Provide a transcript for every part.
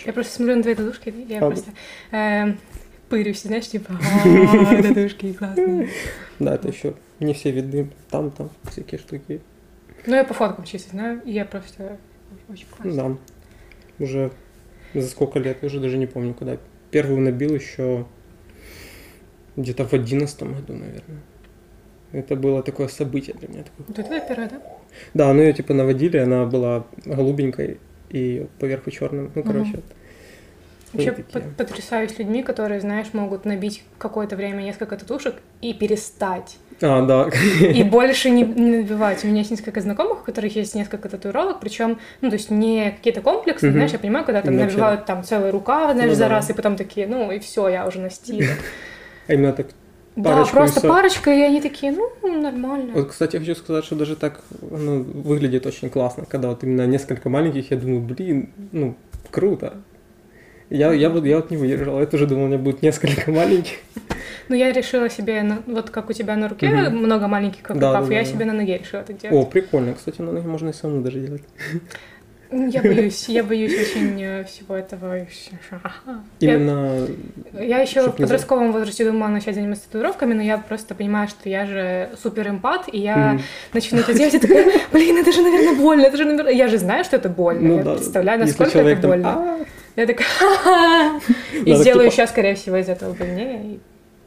Я просто смотрю на твои татушки, я просто пырюсь, знаешь, типа, татушки классные. Да, это еще не все видны, там всякие штуки. Ну, я по фоткам чисто знаю, и я просто очень классно. Да, уже за сколько лет, я уже даже не помню, когда. Первую набил еще где-то в 11-м году, наверное. Это было такое событие для меня. Вот это первая, да? Да, ну ее типа наводили, она была голубенькой и поверху черным, ну, короче. Вообще потрясаю с людьми, которые, знаешь, могут набить какое-то время несколько татушек и перестать. Да. И больше не набивать. У меня есть несколько знакомых, у которых есть несколько татуировок, причем, ну, то есть не какие-то комплексы, знаешь, я понимаю, когда там набивают там целая рука, знаешь, за раз, и потом такие, ну, и все, я уже на стиле. А именно так да, просто парочка, и они такие, ну, нормально. Вот, кстати, я хочу сказать, что даже так выглядит очень классно, когда вот именно несколько маленьких, я думаю, блин, ну, круто. Я вот не выдержал, я тоже думал, у меня будет несколько маленьких. Ну, я решила себе, вот как у тебя на руке много маленьких рукав, я себе на ноге решила это делать. О, прикольно, кстати, на ноге можно и самому даже делать. Я боюсь очень всего этого. Именно... Я еще в подростковом возрасте думала начать заниматься татуировками, но я просто понимаю, что я же супер эмпат, и я начну это делать, и такая, блин, это же, наверное, больно, это же, наверное... Я же знаю, что это больно, я представляю, насколько это больно. Я такая, и сделаю сейчас, скорее всего, из этого больнее.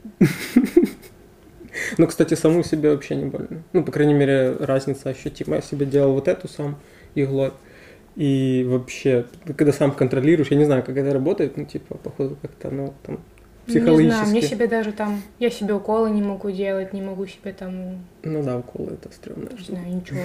Ну, кстати, саму себе вообще не больно. Ну, по крайней мере, разница ощутима. Я себе делал вот эту сам иглой. И вообще, когда сам контролируешь, я не знаю, как это работает, ну, типа, походу, как-то, ну, там, психологически. Не знаю, мне себе даже там, я себе уколы не могу делать, не могу себе там... Ну да, уколы это стрёмно. Не знаю, ничего.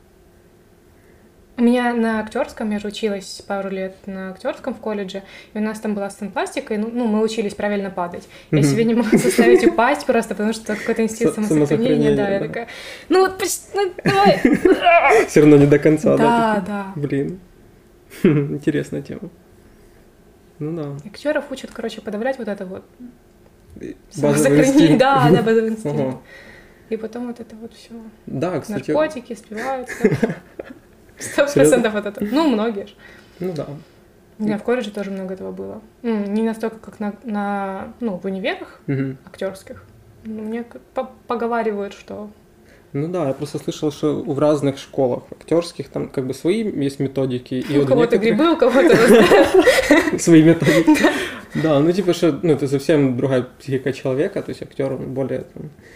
У меня на актерском, я же училась пару лет на актерском в колледже, и у нас там была сценпластика, и ну, мы учились правильно падать. Я себе не могу заставить упасть просто, потому что какой-то инстинкт самосохранения, да, я такая, ну вот почти, ну давай. Все равно не до конца, да? Да. Блин, интересная тема. Ну да. Актеров учат, короче, подавлять вот это вот самосохранение. Да, базовый инстинкт. И потом вот это вот все. Да, кстати. Наркотики, спиваются. 100% вот это. Ну, многие же. Ну да. У меня в колледже тоже много этого было. Не настолько, как в универах актерских. Но мне поговаривают, что... Ну да, я просто слышал, что в разных школах актерских там как бы свои есть методики. У кого-то грибы, у кого-то... Свои методики. Да, ну типа, что это совсем другая психика человека, то есть актер он более...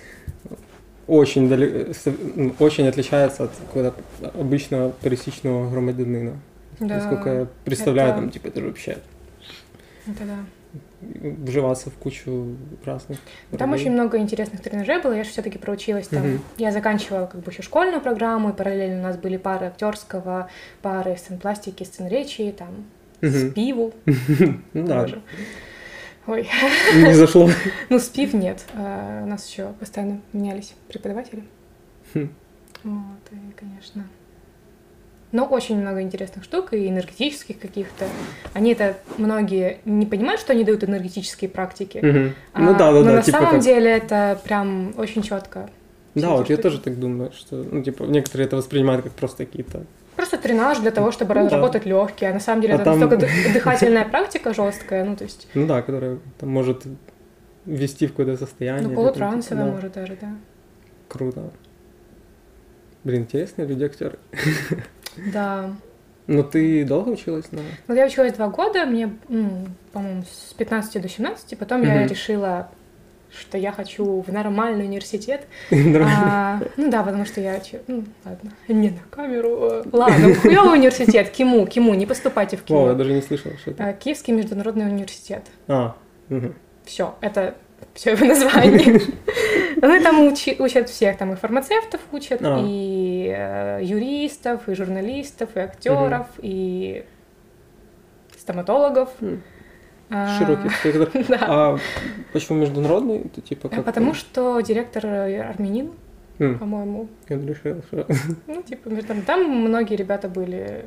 очень отличается от какого-то обычного пересечного громадянина. Да, насколько я представляю, там, типа, это же вообще... Это да. Вживаться в кучу разных... Там очень много интересных тренажеров было, я же все-таки проучилась там. Я заканчивала как бы еще школьную программу, и параллельно у нас были пары актерского, пары сценпластики, сценречи, там, спиву. Ну да. Ой. Не зашло. Ну, спив нет. У нас еще постоянно менялись преподаватели. Вот, и, конечно... Но очень много интересных штук и энергетических каких-то. Они это многие не понимают, что они дают энергетические практики. Ну да. Но на типа самом деле это прям очень четко. Да, вот я тоже так думаю, что, ну, типа, некоторые это воспринимают как просто какие-то... Просто тренаж для того, чтобы разработать легкие, а на самом деле это настолько дыхательная практика жесткая, ну, то есть... Ну да, которая там может ввести в какое-то состояние. Ну, полутрансовая может даже, да. Круто. Блин, интересные люди актеры. Да. Но ты долго училась? Ну, я училась 2 года, мне, по-моему, с 15 до 17, потом я решила, что я хочу в нормальный университет. Ну да, потому что я... Ну, ладно, не на камеру. Ладно, хуёвый университет, КИМУ, не поступайте в КИМУ. О, я даже не слышала, что это. Киевский международный университет. Угу. Все, это все его название. Ну, там учат всех, там и фармацевтов учат, и юристов, и журналистов, и актеров, и стоматологов. Широкий спектр. Да. А почему международный? Это типа как... Потому что директор армянин, по-моему. Я решил, что... Ну, типа, там многие ребята были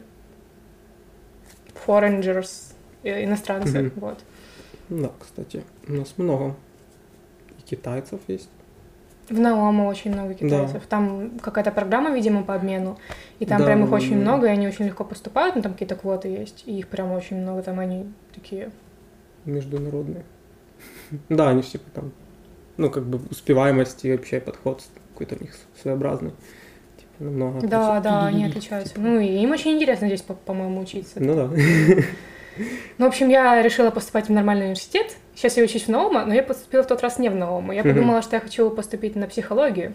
foreigners, иностранцы, вот. Да, кстати, у нас много. И китайцев есть. В Наому очень много китайцев. Да. Там какая-то программа, видимо, по обмену. И там прям их очень много, и они очень легко поступают. Ну, там какие-то квоты есть. И их прям очень много. Там они такие... Международные. Да, они типа там... Ну, как бы успеваемость и вообще подход какой-то у них своеобразный. Типа, намного да, они отличаются. Типа... Ну, и им очень интересно здесь, по-моему, учиться. Ну, да. Ну, в общем, я решила поступать в нормальный университет. Сейчас я учусь в Наому, но я поступила в тот раз не в Наому. Я подумала, что я хочу поступить на психологию.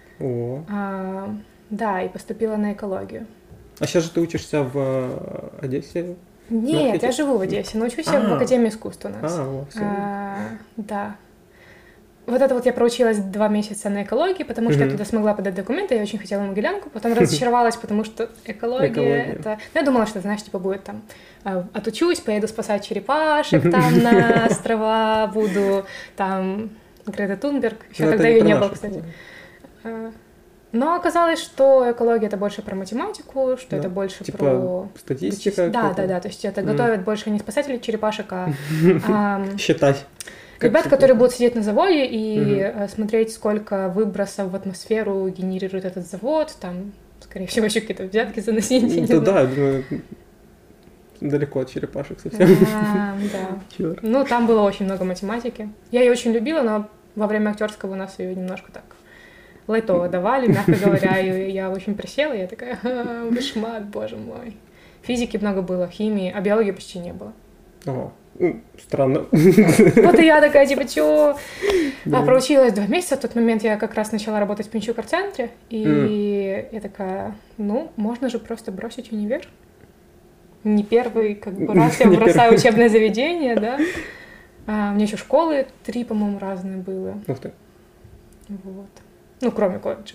Да, и поступила на экологию. А сейчас же ты учишься в Одессе? Нет, я живу в Одессе, но учусь я в Академии искусств у нас. Да. Вот это вот я проучилась 2 месяца на экологии, потому что я туда смогла подать документы, я очень хотела Могилянку, потом разочаровалась, потому что экология. Это... Ну, я думала, что, знаешь, типа будет там, отучусь, поеду спасать черепашек там на острова, буду там Грета Тунберг, еще тогда ее не было, кстати. Но оказалось, что экология — это больше про математику, что это больше типа про... статистика? Да, то есть это готовят больше не спасателей черепашек, а... Считать. Ребят, которые будут сидеть на заводе и смотреть, сколько выбросов в атмосферу генерирует этот завод, там, скорее всего, еще какие-то взятки заносить. Да, думаю, далеко от черепашек совсем. Да. Ну, там было очень много математики. Я ее очень любила, но во время актерского у нас ее немножко так лайтово давали, мягко говоря, и я очень присела, и я такая, вышмат, боже мой. Физики много было, химии, а биологии почти не было. Ого. Странно. Вот и я такая, типа, чё? Проучилась 2 месяца, в тот момент я как раз начала работать в Пинчук-арт-центре, и я такая, ну, можно же просто бросить универ. Не первый, как бы, раз я бросаю учебное заведение, да. У меня еще школы 3, по-моему, разные было. Ух ты. Вот. Ну, кроме колледжа.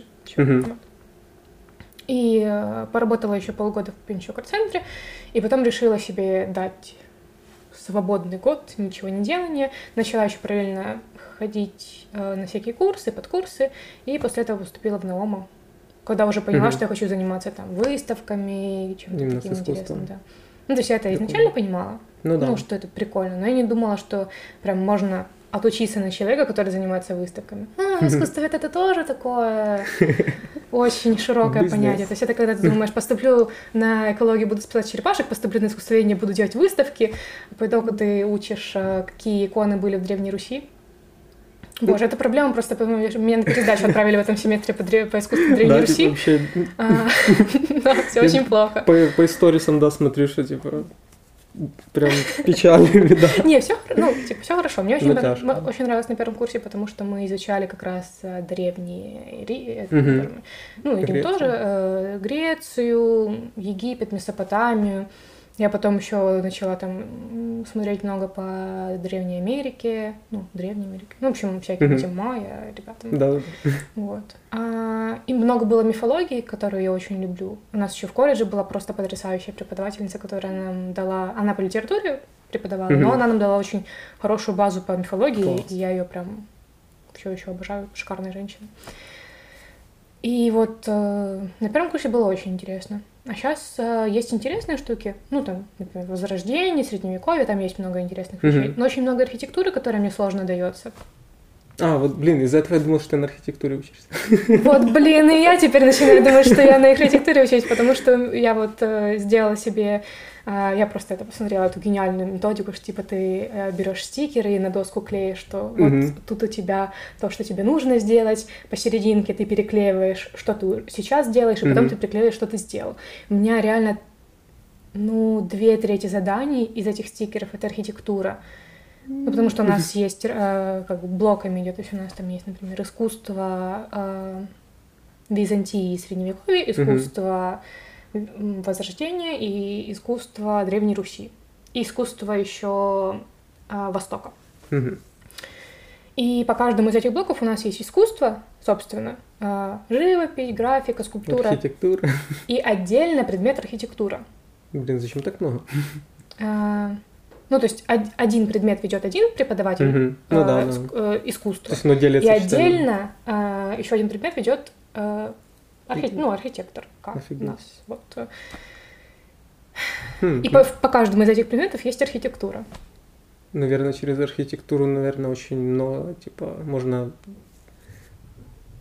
И поработала еще полгода в Пинчук-арт-центре, и потом решила себе дать свободный год, ничего не делания. Начала еще параллельно ходить на всякие курсы, подкурсы, и после этого поступила в Наому, когда уже поняла, что я хочу заниматься там выставками, чем-то таким интересным. Да. Ну, то есть я это изначально понимала, что это прикольно, но я не думала, что прям можно отучиться на человека, который занимается выставками. Искусство это тоже такое очень широкое понятие. То есть это когда ты думаешь, поступлю на экологию, буду спасать черепашек, поступлю на искусствоведение, буду делать выставки, а по итогу ты учишь, какие иконы были в Древней Руси. Боже, это проблема, просто меня на пересдачу отправили в этом семестре по искусству Древней Руси. Да, все очень плохо. По историсам, да, смотрю, что типа... Прям печально, да. Не, все хорошо. Мне очень нравилось на первом курсе, потому что мы изучали как раз древние, ну, и Рим тоже, Грецию, Египет, Месопотамию. Я потом еще начала там смотреть много по Древней Америке, ну, в общем, всякие эти майя, ребята. Да. Вот. И много было мифологии, которую я очень люблю. У нас еще в колледже была просто потрясающая преподавательница, которая нам дала... Она по литературе преподавала, но она нам дала очень хорошую базу по мифологии, и я ее прям все еще обожаю. Шикарная женщина. И вот на первом курсе было очень интересно. А сейчас есть интересные штуки, ну, там, например, Возрождение, Средневековье, там есть много интересных вещей, но очень много архитектуры, которая мне сложно дается. Вот, блин, из-за этого я думал, что ты на архитектуре учишься. Вот, блин, и я теперь начинаю думать, что я на архитектуре учусь, потому что я вот сделала себе... Я просто это посмотрела, эту гениальную методику, что типа ты берешь стикеры и на доску клеишь, что вот тут у тебя то, что тебе нужно сделать, посерединке ты переклеиваешь, что ты сейчас делаешь, и потом ты приклеиваешь, что ты сделал. У меня реально, 2/3 заданий из этих стикеров — это архитектура. Ну, потому что у нас есть, как бы блоками идет, то есть у нас там есть, например, искусство Византии и Средневековья, искусство Возрождения и искусство Древней Руси. И искусство еще Востока. И по каждому из этих блоков у нас есть искусство, собственно, живопись, графика, скульптура. Архитектура. И отдельно предмет архитектура. Блин, зачем так много? Ну, то есть один предмет ведет один преподаватель искусства. То есть, делится, и отдельно еще один предмет ведет архитектор, как у нас. Вот. И по каждому из этих предметов есть архитектура. Наверное, через архитектуру, очень много, можно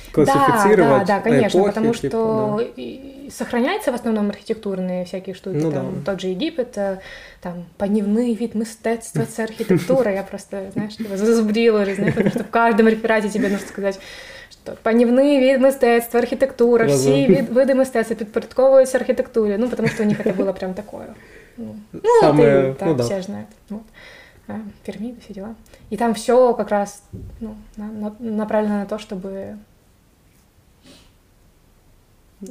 классифицировать. Да, конечно, эпохи, потому типа, что да. Сохраняются в основном архитектурные всякие штуки, Ну, там, да. тот же Египет, там, подневный вид мистецтва, це архитектура, я просто, знаешь, зазубрила уже, знаешь, потому что в каждом реферате тебе нужно сказать, что подневний вид мистецтва, архитектура, всі види мистецтва підпорядковуються архітектурі, ну, потому что у них это было прям такое. Самое, все знают. Вот. Пирамиды, все дела. И там все как раз направлено на то, чтобы... Да.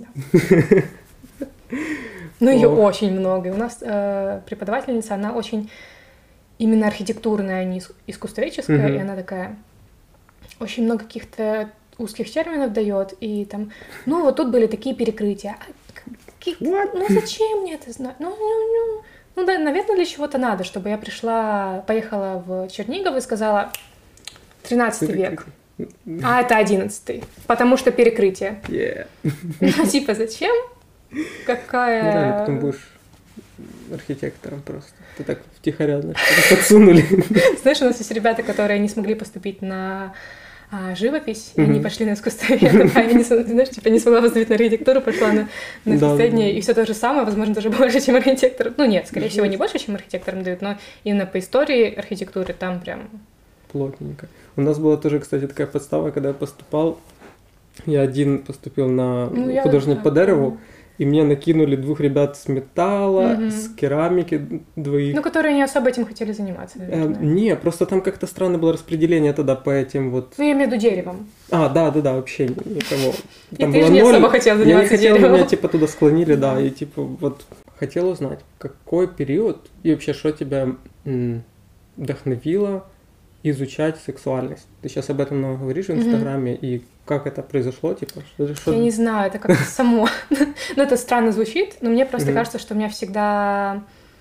Ну, ее очень много. И у нас преподавательница, она очень именно архитектурная, а не искусствоведческая, и она такая очень много каких-то узких терминов дает, и там, ну, вот тут были такие перекрытия. Ну, зачем мне это знать? Ну, да, наверное, для чего-то надо, чтобы я поехала в Чернигов и сказала 13 век, а это 11, потому что перекрытие. Ну, типа, зачем? Какая... Ну, реально, потом будешь архитектором просто. Ты так втихаря, подсунули. Знаешь, у нас есть ребята, которые не смогли поступить на живопись, и они пошли на искусствовед, а я, знаешь, типа не смогла поступить на архитектуру, пошла на среднее, и все то же самое, возможно, даже больше, чем архитектор. Ну нет, скорее всего, не больше, чем архитекторам дают, но именно по истории архитектуры там прям... Плотненько. У нас была тоже, кстати, такая подстава, когда я поступал, я один поступил на художник по дереву, и мне накинули 2 ребят с металла, с керамики 2. Ну, которые не особо этим хотели заниматься, наверное. Не, просто там как-то странное было распределение тогда по этим вот... Ну, я имею в виду деревом. Да, вообще никого. Там и ты же не особо хотел заниматься деревом. Меня типа туда склонили, да, и типа вот хотел узнать, какой период и вообще, что тебя вдохновило изучать сексуальность. Ты сейчас об этом много говоришь в Инстаграме, и как это произошло, типа? Я не знаю, это как-то само. Ну, это странно звучит, но мне просто кажется, что у меня всегда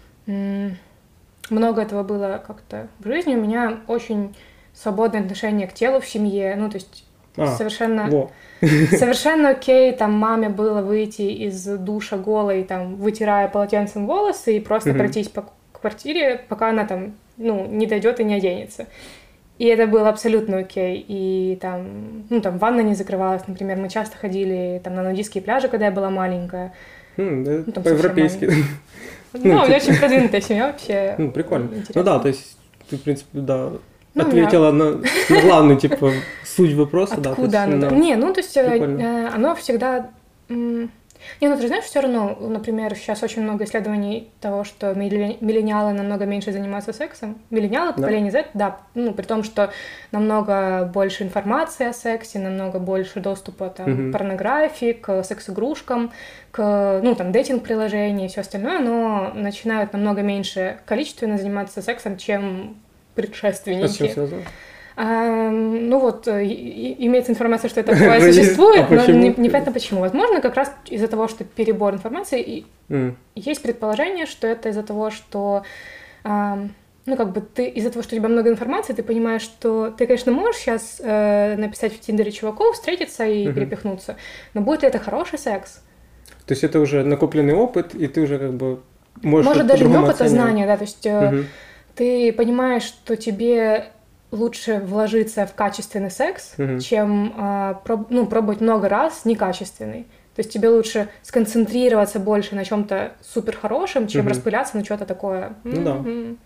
много этого было как-то в жизни. У меня очень свободное отношение к телу в семье. Ну, то есть совершенно окей, там, маме было выйти из душа голой, там, вытирая полотенцем волосы и просто пройтись по квартире, пока она там, ну, не дойдет и не оденется. И это было абсолютно окей. И там, ну, там ванна не закрывалась, например. Мы часто ходили там на нудистские пляжи, когда я была маленькая. Ну, по-европейски. Ну, у меня очень продвинутая семья вообще. Ну, прикольно. Ну да, то есть ты, в принципе, да, ответила на главную, типа, суть вопроса. Откуда оно? Не, ну, то есть оно всегда... Не, ну ты знаешь, все равно, например, сейчас очень много исследований того, что миллениалы намного меньше занимаются сексом. Миллениалы, поколение Z, да, ну, при том, что намного больше информации о сексе, намного больше доступа там, к порнографии, к секс-игрушкам, к, ну, там, дейтинг-приложениям и все остальное, но начинают намного меньше количественно заниматься сексом, чем предшественники. А с чем связано? Ну вот, имеется информация, что это такое существует, но непонятно почему. Возможно, как раз из-за того, что перебор информации, и есть предположение, что это из-за того, что, ну как бы ты, из-за того, что у тебя много информации, ты понимаешь, что ты, конечно, можешь сейчас написать в Тиндере чуваков, встретиться и перепихнуться, но будет ли это хороший секс? То есть это уже накопленный опыт, и ты уже как бы можешь... Может, даже не опыт, а знания, да, то есть ты понимаешь, что тебе... лучше вложиться в качественный секс, чем пробовать много раз некачественный. То есть тебе лучше сконцентрироваться больше на чем-то супер хорошем, чем распыляться на что-то такое. Ну да.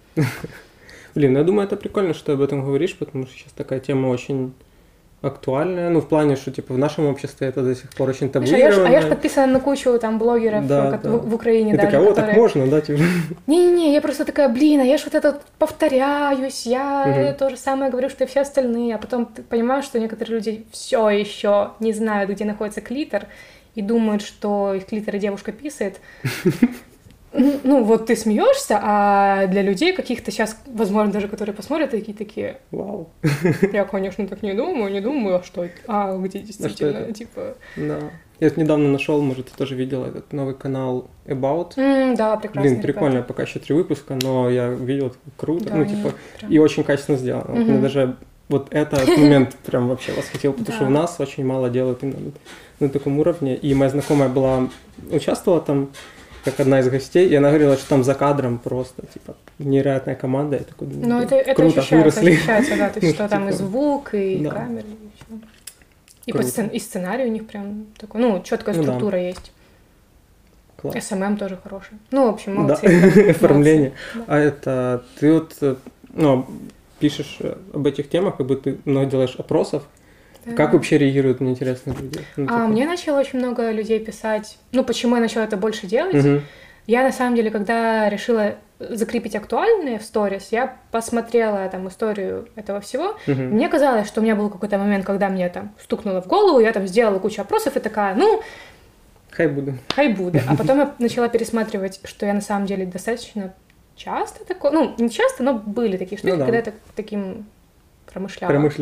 Блин, я думаю, это прикольно, что ты об этом говоришь, потому что сейчас такая тема очень актуальная, ну, в плане, что, типа, в нашем обществе это до сих пор очень табуировано. А я же подписана на кучу, там, блогеров в Украине. И даже, такая, так можно, да, типа? Не-не-не, я просто такая, блин, а я ж вот это повторяюсь, я то же самое говорю, что и все остальные, а потом ты понимаешь, что некоторые люди все еще не знают, где находится клитор, и думают, что из клитора девушка писает. Ну, вот ты смеешься, а для людей каких-то сейчас, возможно, даже которые посмотрят, такие, вау. Я, конечно, так не думаю, а что это? А где действительно, типа... Да. Я вот недавно нашел, может, ты тоже видела этот новый канал About. Да, прекрасный. Блин, прикольно, пока еще 3 выпуска, но я видел, круто, да, ну, типа, и очень качественно сделано. Мне даже вот этот момент прям вообще восхитил, потому что у нас очень мало делают именно на таком уровне. И моя знакомая участвовала там, как одна из гостей, и она говорила, что там за кадром просто, типа, невероятная команда. Я такой, ну, это круто, ощущается, да, то есть, что там и звук, и камеры, и все. И сценарий у них прям такой, ну, четкая структура есть. Класс. СММ тоже хороший. Ну, в общем, молодцы. Да, оформление. Да. А это ты вот, ну, пишешь об этих темах, как бы ты много делаешь опросов. Да. Как вообще реагируют неинтересные люди? Мне начало очень много людей писать, ну, почему я начала это больше делать. Я, на самом деле, когда решила закрепить актуальные в сторис, я посмотрела там историю этого всего. Мне казалось, что у меня был какой-то момент, когда мне там стукнуло в голову, я там сделала кучу опросов и такая, ну... Хай буду. А потом я начала пересматривать, что я на самом деле достаточно часто такое... Ну, не часто, но были такие штуки, когда я таким промышляла.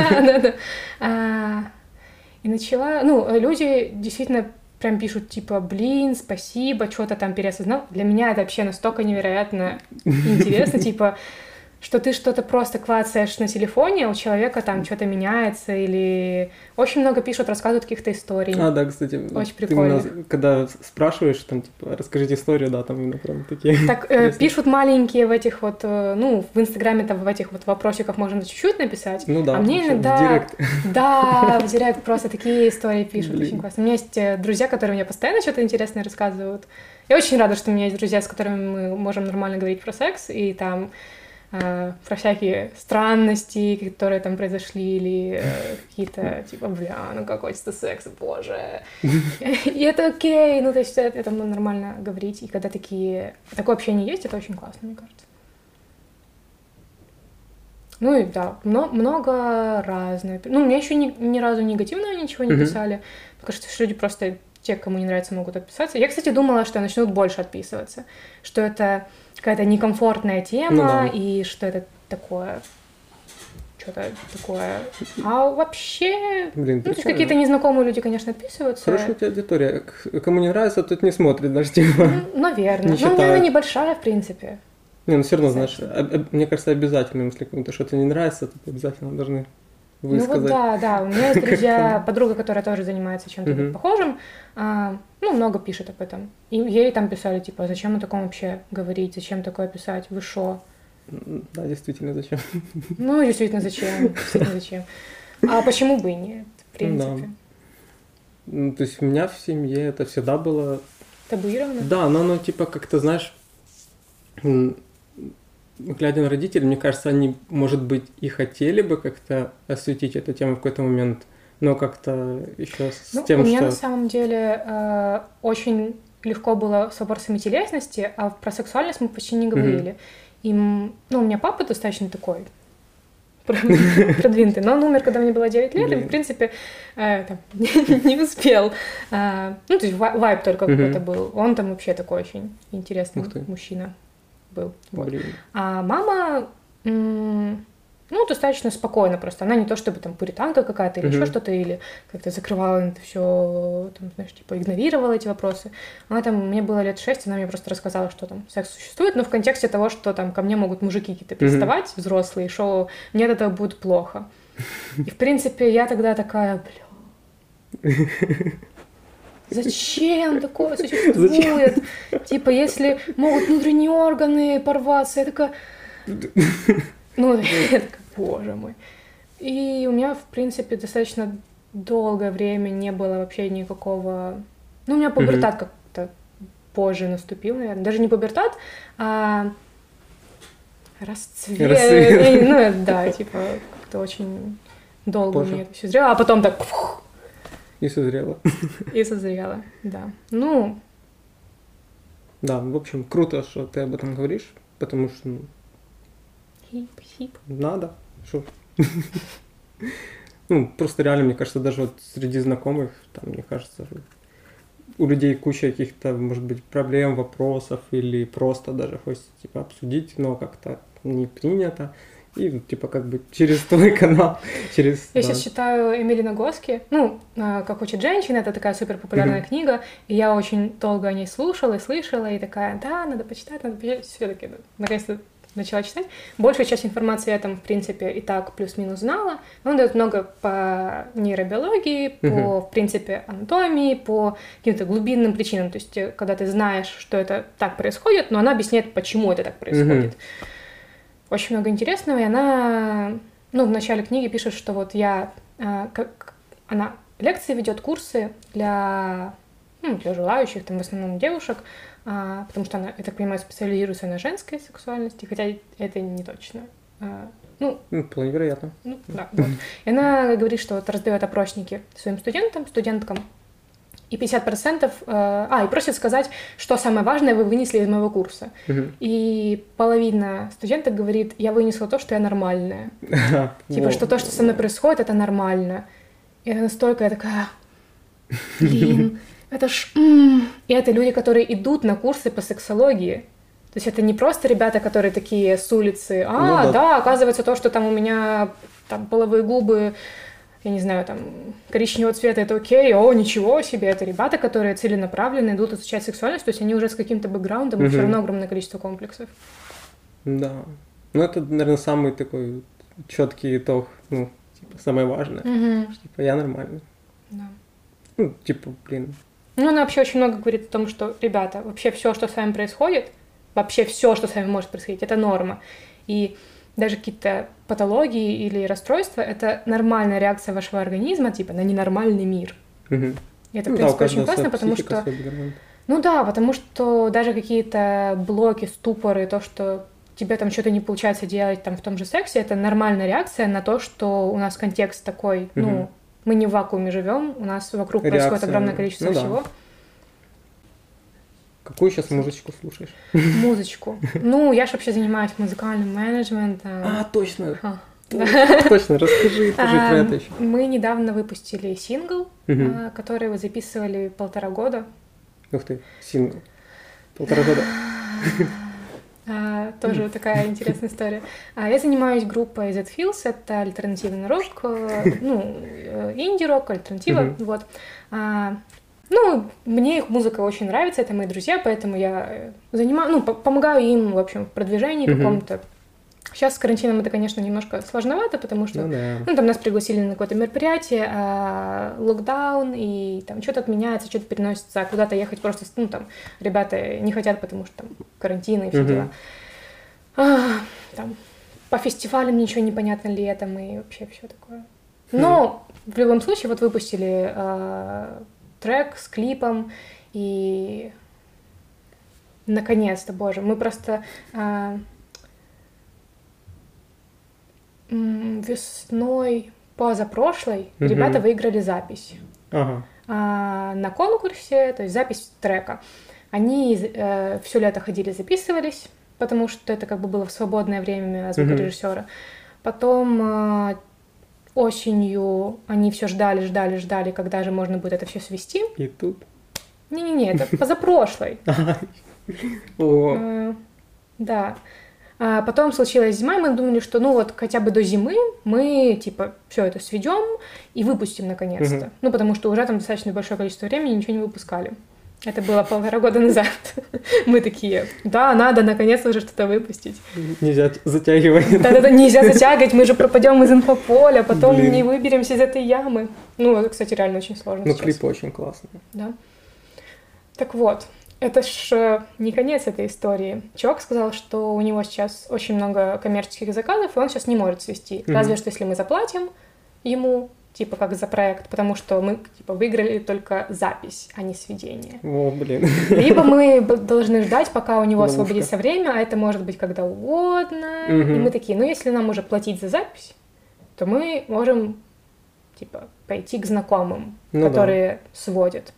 Да. И начала... Ну, люди действительно прям пишут, типа, блин, спасибо, что-то там переосознал. Для меня это вообще настолько невероятно интересно, типа... что ты что-то просто клацаешь на телефоне, а у человека там что-то меняется, или очень много пишут, рассказывают каких-то историй. Да, кстати. Очень прикольно. Когда спрашиваешь, там, типа, расскажите историю, да, там именно прям такие... Так, пишут маленькие в этих вот, ну, в Инстаграме там в этих вот вопросиках можно чуть-чуть написать. Ну да, а мне иногда... в директ. Да, в директ просто такие истории пишут, очень классно. У меня есть друзья, которые мне постоянно что-то интересное рассказывают. Я очень рада, что у меня есть друзья, с которыми мы можем нормально говорить про секс, и там... про всякие странности, которые там произошли, или какие-то, типа, бля, ну какой то секс, боже. И это окей, ну, то есть это нормально говорить, и когда такое общение есть, это очень классно, мне кажется. Ну и да, много разных. Ну, мне еще ни разу негативного ничего не писали, потому что люди просто, те, кому не нравится, могут отписаться. Я, кстати, думала, что начнут больше отписываться, что это какая-то некомфортная тема, и что это такое, что-то такое. А вообще, блин, ну, то есть какие-то незнакомые люди, конечно, отписываются. Хорошая у тебя аудитория. Кому не нравится, тот не смотрит даже, типа. Наверное. Ну, она небольшая, в принципе. Не, ну все равно, знаешь, мне кажется, обязательно, если кому-то что-то не нравится, то обязательно должны высказать. Ну вот да, у меня есть друзья, подруга, которая тоже занимается чем-то похожим, ну, много пишет об этом. И ей там писали, типа, зачем о таком вообще говорить, зачем такое писать, вы шо? Да, действительно, зачем? Ну, действительно, зачем? А почему бы и нет, в принципе? Да. Ну, то есть у меня в семье это всегда было... Табуировано? Да, но оно типа как-то, знаешь... Глядя на родителей, мне кажется, они, может быть, и хотели бы как-то осветить эту тему в какой-то момент, но как-то еще с тем, что... У меня что... на самом деле очень легко было с вопросами телесности, а про сексуальность мы почти не говорили. И, ну, у меня папа достаточно такой продвинутый, но он умер, когда мне было 9 лет, и, в принципе, не успел. Ну, то есть вайб только какой-то был. Он там вообще такой очень интересный мужчина был. Вот. А мама, ну, достаточно спокойно просто. Она не то чтобы там пуританка какая-то или еще что-то, или как-то закрывала это все, там, знаешь, типа игнорировала эти вопросы. Она там, мне было лет 6, она мне просто рассказала, что там секс существует, но в контексте того, что там ко мне могут мужики какие-то приставать, взрослые, что мне от этого будет плохо. И, в принципе, я тогда такая, бля... Зачем такое существует? Типа, если могут внутренние органы порваться, я такая... Ну, я такая, боже мой. И у меня, в принципе, достаточно долгое время не было вообще никакого... Ну, у меня пубертат как-то позже наступил, наверное. Даже не пубертат, а расцвет. Ну, да, типа, как-то очень долго у меня это все зрело, а потом так... И созрела. И созрела, да. Ну... Да, в общем, круто, что ты об этом говоришь, потому что... Спасибо. Надо. Что? Ну, просто реально, мне кажется, даже вот среди знакомых, там, мне кажется, у людей куча каких-то, может быть, проблем, вопросов, или просто даже хочется, типа, обсудить, но как-то не принято. И, типа, как бы через твой канал, через... Я сейчас читаю Эмили Нагоски, ну, «Как учат женщины», это такая супер популярная книга, и я очень долго о ней слушала и слышала, и такая, да, надо почитать, все-таки, наконец-то начала читать. Большую часть информации я там, в принципе, и так плюс-минус знала. Он дает много по нейробиологии, по, в принципе, анатомии, по каким-то глубинным причинам. То есть, когда ты знаешь, что это так происходит, но она объясняет, почему это так происходит. Очень много интересного, и она, ну, в начале книги пишет, что вот я... она лекции ведет, курсы для желающих, там в основном девушек, потому что она, я так понимаю, специализируется на женской сексуальности, хотя это не точно. Вполне вероятно. Да, вот. И она говорит, что вот раздает опросники своим студенткам, и 50%, и просит сказать, что самое важное вы вынесли из моего курса. И половина студенток говорит, я вынесла то, что я нормальная. Типа, что то, что со мной происходит, это нормально. И настолько я такая, блин, это ж... И это люди, которые идут на курсы по сексологии. То есть это не просто ребята, которые такие с улицы, да, оказывается, то, что там у меня там половые губы, я не знаю, там коричневого цвета, это окей, ничего себе, это ребята, которые целенаправленно идут изучать сексуальность, то есть они уже с каким-то бэкграундом, и все равно огромное количество комплексов. Да. Это, наверное, самый такой четкий итог, самое важное, что, я нормальный. Да. Блин. Она вообще очень много говорит о том, что, ребята, вообще все, что с вами происходит, вообще все, что с вами может происходить, это норма. И даже какие-то патологии или расстройства — это нормальная реакция вашего организма, на ненормальный мир. И это, в принципе, очень классно, потому что... потому что даже какие-то блоки, ступоры, то, что тебе там что-то не получается делать там в том же сексе, это нормальная реакция на то, что у нас контекст такой, мы не в вакууме живем, у нас вокруг происходит огромное количество всего. Какую сейчас музычку слушаешь? Музычку. Я же вообще занимаюсь музыкальным менеджментом. Точно. Точно, расскажи про это еще. Мы недавно выпустили сингл, который вы записывали 1,5 года. Ух ты, сингл. 1,5 года. Тоже такая интересная история. Я занимаюсь группой Z Feels, это альтернативный рок, инди-рок, альтернатива, вот. Мне их музыка очень нравится, это мои друзья, поэтому я помогаю им, в общем, в продвижении каком-то. Сейчас с карантином это, конечно, немножко сложновато, потому что там нас пригласили на какое-то мероприятие, локдаун, и там что-то отменяется, что-то переносится, а куда-то ехать просто, ребята не хотят, потому что там карантин и все дела. Там по фестивалям ничего не понятно летом и вообще все такое. Но в любом случае вот выпустили трек с клипом, и наконец-то, боже, мы просто весной позапрошлой ребята выиграли запись на конкурсе, то есть запись трека. Они все лето ходили, записывались, потому что это как бы было в свободное время звукорежиссера. Потом осенью они все ждали, когда же можно будет это все свести. И тут? Не-не-не, это позапрошлой. Да. Потом случилась зима, и мы думали, что хотя бы до зимы мы все это сведем и выпустим наконец-то. Потому что уже там достаточно большое количество времени ничего не выпускали. Это было 1,5 года назад. Мы такие, да, надо наконец-то уже что-то выпустить. Нельзя затягивать. Да-да-да, нельзя затягивать, мы же пропадем из инфополя, потом не выберемся из этой ямы. Это, кстати, реально очень сложно сейчас. Клип очень классный. Да. Так вот, это ж не конец этой истории. Чувак сказал, что у него сейчас очень много коммерческих заказов, и он сейчас не может свести. Разве что, если мы заплатим ему, как за проект, потому что мы, выиграли только запись, а не сведение. Либо мы должны ждать, пока у него освободится время, а это может быть когда угодно. И мы такие, если нам уже платить за запись, то мы можем, пойти к знакомым, которые сводят.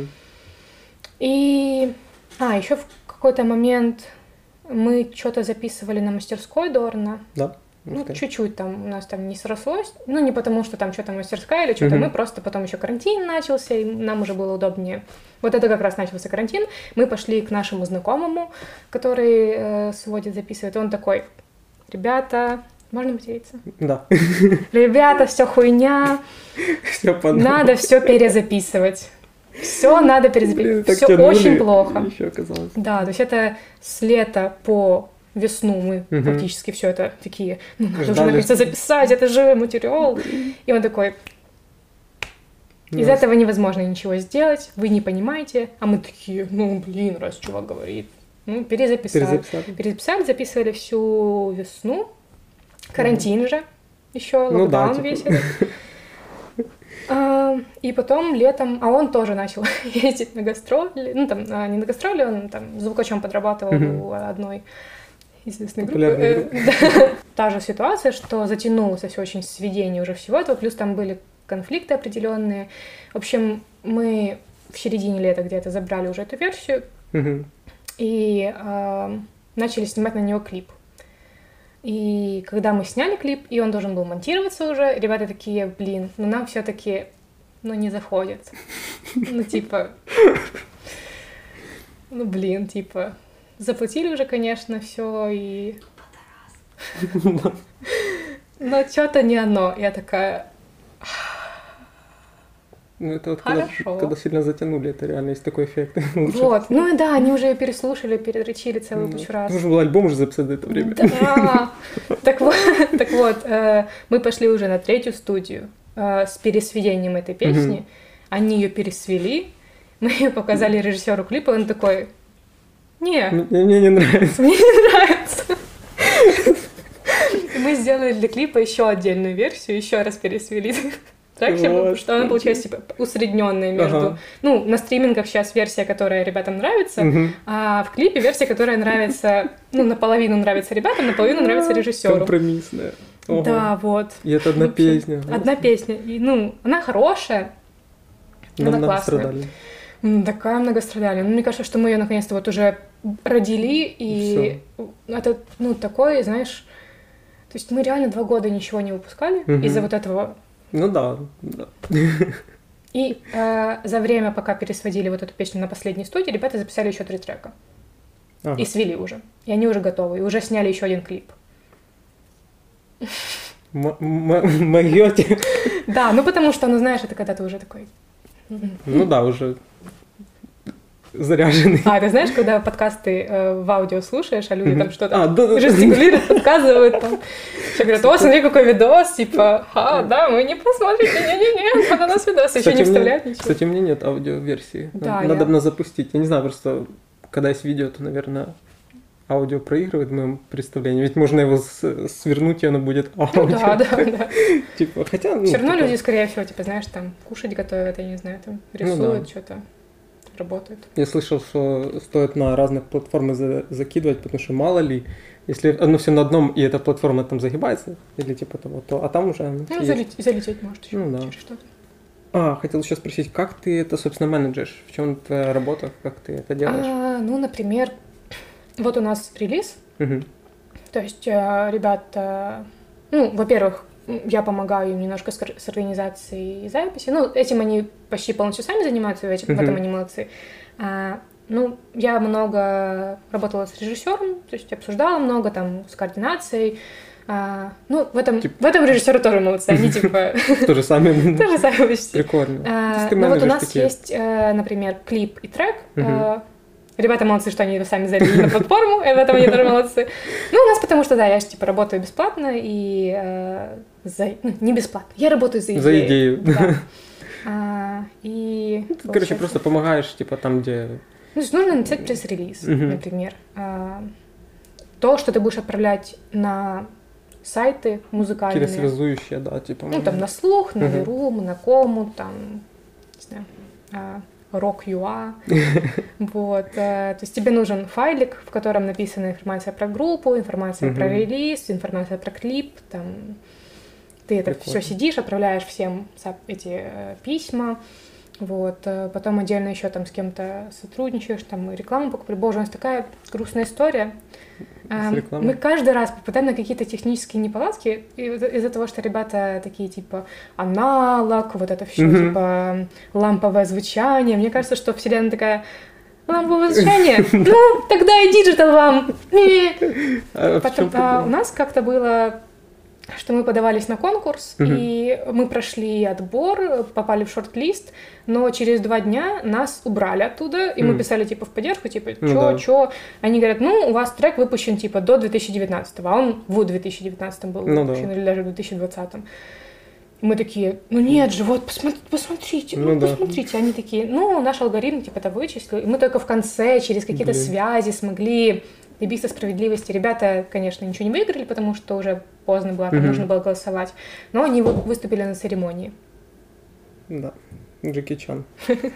И, еще в какой-то момент мы что-то записывали на мастерской Дорна. Да. Чуть-чуть там у нас там не срослось, не потому что там что-то мастерская или что-то, мы просто потом еще карантин начался, и нам уже было удобнее. Вот это как раз начался карантин, мы пошли к нашему знакомому, который сводит, записывает, и он такой, ребята, можно материться? Да. Ребята, все хуйня, надо все перезаписывать. Все надо перезаписывать, все очень плохо. Еще оказалось. Да, то есть это с лета по весну мы фактически все это такие, надо уже наконец-то записать, это же материал. И он такой, из этого невозможно ничего сделать, вы не понимаете. А мы такие, раз чувак говорит. Перезаписали, записывали всю весну. Карантин же еще, локдаун весь этот. И потом летом, а он тоже начал ездить на гастроли, ну там не на гастроли, он там звукачом подрабатывал у одной известной группы. Та же ситуация, что затянулось все очень сведение уже всего этого, плюс там были конфликты определенные. В общем, мы в середине лета где-то забрали уже эту версию и начали снимать на него клип. И когда мы сняли клип, и он должен был монтироваться уже, ребята такие, блин, ну нам все-таки, ну не заходит. Ну типа, ну блин, типа, заплатили уже, конечно, все и... Но что-то не оно. Я такая... Ну, это вот когда сильно затянули, это реально есть такой эффект. Вот, ну и да, они уже переслушали, передрочили целую кучу раз. Нужно было альбом уже записать за это время. Да, так вот, мы пошли уже на 3-ю студию с пересведением этой песни. Они ее пересвели, мы ее показали режиссеру клипа, и он такой, мне не нравится. Мне не нравится. Мы сделали для клипа еще отдельную версию, еще раз пересвели. Так, что она получилась типа усредненная между... Ну, на стримингах сейчас версия, которая ребятам нравится, а в клипе версия, которая нравится... Ну, наполовину нравится ребятам, наполовину нравится режиссеру. Компромиссная. Да, вот. И это одна песня. Одна песня. И, ну, она хорошая, она классная. Такая многострадальная. Ну, мне кажется, что мы ее наконец-то вот уже родили, и это, ну, такое, знаешь... То есть мы реально 2 года ничего не выпускали из-за вот этого... Ну да. И за время, пока пересводили вот эту песню на последней студии, ребята записали еще 3 трека. И свели уже. И они уже готовы. И уже сняли еще 1 клип. Могёте? Да, ну потому что, ну знаешь, это когда ты уже такой... Ну да, уже заряженный. А, ты знаешь, когда подкасты в аудио слушаешь, а люди там что-то жестикулируют, подсказывают там. Все говорят, о, смотри, какой видос, типа, да, мы не посмотрите, не-не-не, под нас видос, еще не вставляют ничего. Кстати, у меня нет аудиоверсии. Да, надо бы запустить. Я не знаю, просто, когда есть видео, то, наверное, аудио проигрывает в моем представлении. Ведь можно его свернуть, и оно будет аудио. Да. Типа, хотя... Все равно люди, скорее всего, типа, знаешь, там, кушать готовят, я не знаю, там, рисуют, что-то. Работает. Я слышал, что стоит на разных платформах закидывать, потому что мало ли, если оно все на одном, и эта платформа там загибается, или типа того, то, а там уже... Ну, залететь может еще через что-то. Хотел еще спросить, как ты это, собственно, менеджешь? В чем твоя работа? Как ты это делаешь? Ну, например, вот у нас релиз, то есть ребята, ну, во-первых, я помогаю им немножко с организацией записи. Ну, этим они почти полностью сами занимаются, в этом они молодцы. Ну, я много работала с режиссером, то есть обсуждала много там с координацией. Ну, в этом режиссеры тоже молодцы, они типа... То же самое. То же самое почти. Прикольно. Ну, вот у нас есть, например, клип и трек. Ребята молодцы, что они его сами залили на платформу, и в этом они тоже молодцы. Ну, у нас потому что, да, я же, типа, работаю бесплатно и... не бесплатно, я работаю за идею. За идею. Да. И... Ты, короче, просто помогаешь, типа, там, где... Ну, то есть нужно написать пресс-релиз, например. То, что ты будешь отправлять на сайты музыкальные. Какие-то связующие, да, типа... Ну, там, на Слух, на Верум, на Кому, там, не знаю... Rock.ua, вот, то есть тебе нужен файлик, в котором написана информация про группу, информация про релиз, информация про клип, там, ты это все сидишь, отправляешь всем эти письма, вот, потом отдельно еще там с кем-то сотрудничаешь, там, рекламу покупали, боже, у нас такая грустная история. Мы каждый раз попадаем на какие-то технические неполадки из-за того, что ребята такие, типа, аналог, вот это все, типа, ламповое звучание. Мне кажется, что вселенная такая, ламповое звучание? Ну, тогда и диджитал вам. У нас как-то было... что мы подавались на конкурс, и мы прошли отбор, попали в шорт-лист, но через 2 дня нас убрали оттуда, и мы писали, типа, в поддержку, типа, чё? Они говорят, ну, у вас трек выпущен, типа, до 2019-го, а он в 2019 был выпущен, или даже в 2020. И мы такие, ну нет же, вот, посмотрите, посмотрите. Они такие, ну, наш алгоритм, типа, это вычислил, и мы только в конце, через какие-то связи смогли добиться справедливости. Ребята, конечно, ничего не выиграли, потому что уже поздно было, там нужно было голосовать, но они выступили на церемонии. Да, Джеки Чан.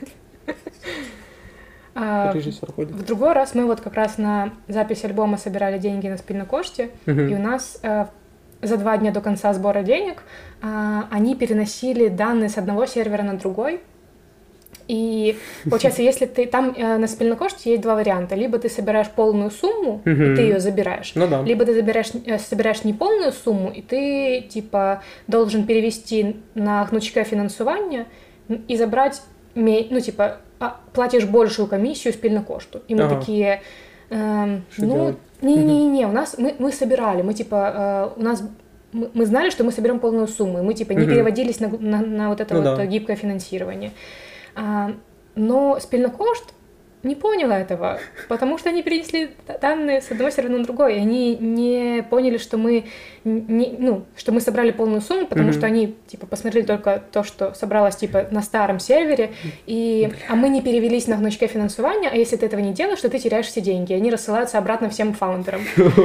Режиссер ходит. В другой раз мы вот как раз на запись альбома собирали деньги на «Спиль на коште», и у нас за 2 дня до конца сбора денег они переносили данные с одного сервера на другой. И получается, если ты там на «Спиль на коште» есть 2 варианта. Либо ты собираешь полную сумму, и ты ее забираешь. Ну, да. Либо ты собираешь неполную сумму, и ты типа должен перевести на гнучке финансування и забрать, ну типа, платишь большую комиссию «Спиль на кошту». И мы такие, не-не-не, у нас, мы собирали, мы типа, у нас, мы знали, что мы соберем полную сумму, и мы типа не переводились на вот это вот гибкое финансирование. Но «Спиль на кошт» не поняла этого, потому что они перенесли данные с одного сервера на другой, и они не поняли, что мы что мы собрали полную сумму, потому что они типа посмотрели только то, что собралось типа на старом сервере, а мы не перевелись на гнучке финансування, а если ты этого не делаешь, то ты теряешь все деньги, и они рассылаются обратно всем фаундерам.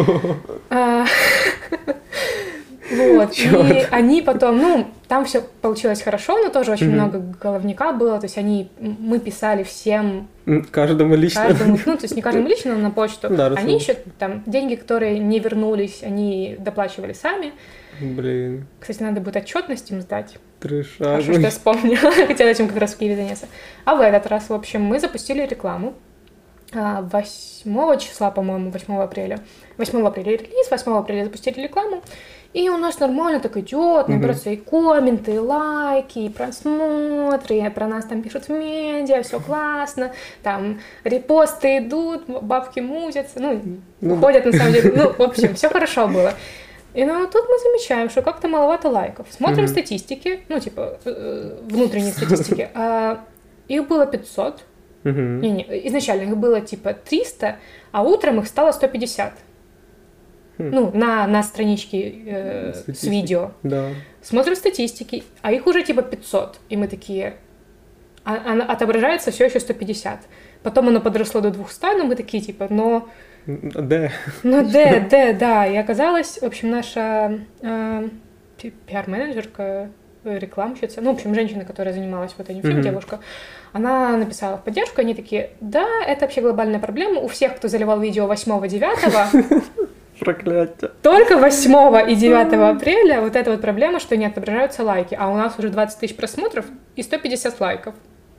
Вот, и они потом, там все получилось хорошо, но тоже очень много головняка было, то есть мы писали всем... Каждому лично? То есть не каждому лично, но на почту. Да, они еще там деньги, которые не вернулись, они доплачивали сами. Блин. Кстати, надо будет отчетность им сдать. Трешак. Хорошо, что я вспомнила, хотела этим как раз в Киеве заняться. А в этот раз, в общем, мы запустили рекламу. 8 числа, по-моему, 8 апреля. 8 апреля релиз, 8 апреля запустили рекламу. И у нас нормально так идет, наберутся и комменты, и лайки, и просмотры, и про нас там пишут в медиа, все классно, там репосты идут, бабки мутятся, уходят на самом деле, в общем, все хорошо было. И тут мы замечаем, что как-то маловато лайков. Смотрим статистики, внутренние статистики, их было 500. Изначально их было типа 300, а утром их стало 150. На страничке с видео. Да. Смотрим статистики, а их уже типа 500. И мы такие... отображается все еще 150. Потом оно подросло до 200, но мы такие типа, да. И оказалось, в общем, наша пиар-менеджерка, рекламщица, в общем, женщина, которая занималась вот этим всем, девушка, она написала в поддержку, они такие, да, это вообще глобальная проблема, у всех, кто заливал видео 8-9, проклятие. Только 8 и 9 апреля вот эта вот проблема, что не отображаются лайки, а у нас уже 20 тысяч просмотров и 150 лайков.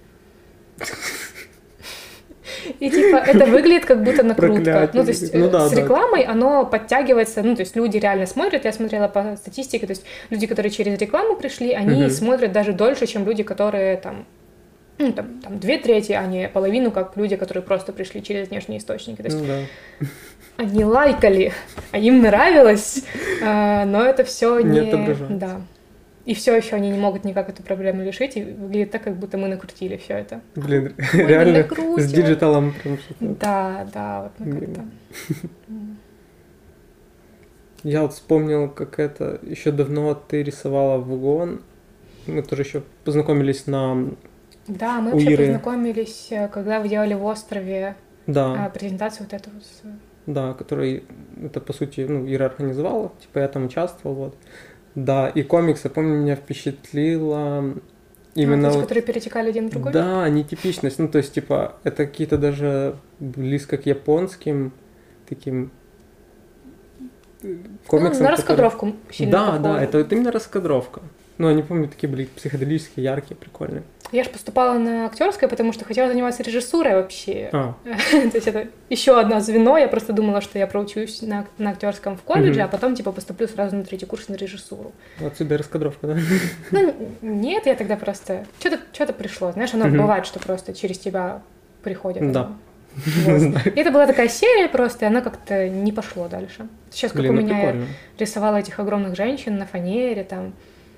И типа это выглядит как будто накрутка. То есть с рекламой оно подтягивается, то есть люди реально смотрят, я смотрела по статистике, то есть люди, которые через рекламу пришли, они смотрят даже дольше, чем люди, которые там 2/3, а не половину, как люди, которые просто пришли через внешние источники. То есть они лайкали, а им нравилось, но это все не отображается. Да. И все еще они не могут никак эту проблему решить, и выглядит так, как будто мы накрутили все это. Блин, реально с диджиталом прям что-то. Да, вот мы как-то. Я вот вспомнил, как это еще давно ты рисовала в УГОН. Мы тоже еще познакомились на... Да, мы вообще познакомились, когда вы делали в острове презентацию вот эту вот. Да, который это, по сути, Ира организовала, типа я там участвовал, вот. Да, и комикс, я помню, меня впечатлило именно... которые перетекали один в другой? Да, нетипичность, то есть, типа, это какие-то даже близко к японским таким комиксам. На раскадровку сильно похоже. Да, это вот именно раскадровка. Они, помню, такие были психоделические, яркие, прикольные. Я же поступала на актерское, потому что хотела заниматься режиссурой вообще. То есть это еще одно звено. Я просто думала, что я проучусь на актерском в колледже, а потом типа поступлю сразу на 3-й курс на режиссуру. Вот тебе раскадровка, да? Нет, я тогда просто... Что-то пришло. Знаешь, оно бывает, что просто через тебя приходит. Да. Вот. И это была такая серия просто, и она как-то не пошло дальше. Сейчас как у меня я рисовала этих огромных женщин на фанере, там...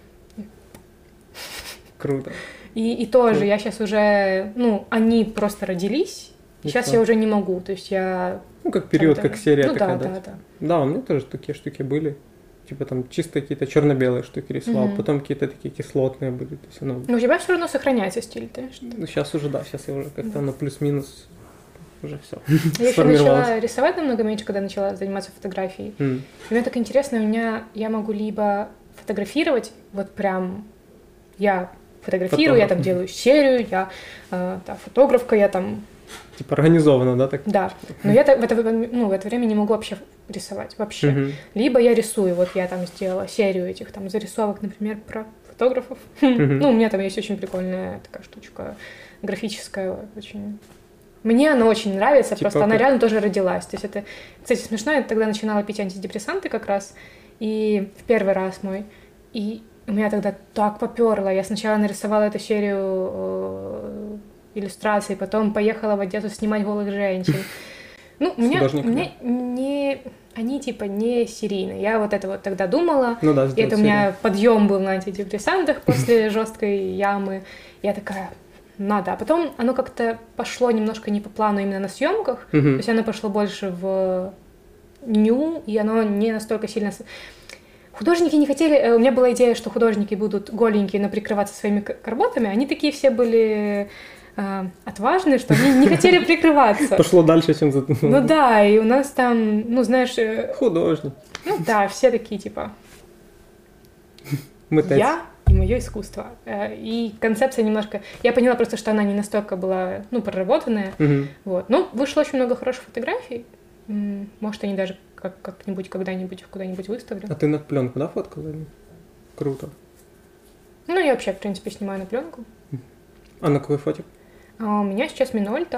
Круто. И тоже я сейчас уже, они просто родились, сейчас я уже не могу, то есть я... как период, как серия такая, да. Да, у меня тоже такие штуки были, типа там чисто какие-то черно-белые штуки рисовал, потом какие-то такие кислотные были, то есть Но у тебя все равно сохраняется стиль, ты что? Сейчас уже, сейчас я уже как-то на плюс-минус уже все. Я еще начала рисовать намного меньше, когда начала заниматься фотографией. И мне так интересно, я могу либо фотографировать, вот прям я фотографирую, я там делаю серию, я фотографка, я там... Типа организованно, да? Так? Да, но я в это время не могу вообще рисовать, вообще. Либо я рисую, вот я там сделала серию этих там зарисовок, например, про фотографов. Ну, у меня там есть очень прикольная такая штучка, графическая, очень... Мне она очень нравится, типа просто она реально тоже родилась. То есть это, кстати, смешно, я тогда начинала пить антидепрессанты как раз, и в первый раз мой, и у меня тогда так попёрло. Я сначала нарисовала эту серию иллюстраций, потом поехала в Одессу снимать голых женщин. Ну, у меня не... Они типа не серийные. Я вот это вот тогда думала, и это у меня подъем был на антидепрессантах после жесткой ямы. Я такая... Надо. А потом оно как-то пошло немножко не по плану именно на съемках. То есть оно пошло больше в ню, и оно не настолько сильно... Художники не хотели... У меня была идея, что художники будут голенькие, но прикрываться своими карботами. Они такие все были отважные, что они не хотели прикрываться. Пошло дальше, чем... Ну да, и у нас там, ну знаешь... Художник. Ну да, все такие типа... Я и мое искусство. И концепция немножко... Я поняла просто, что она не настолько была, проработанная. Вот. Ну, вышло очень много хороших фотографий. Может, они даже как-нибудь, когда-нибудь, куда-нибудь выставлю. А ты на пленку, да, фоткала? Круто. Ну, я вообще, в принципе, снимаю на пленку. А на какой фотик? У меня сейчас Минольта.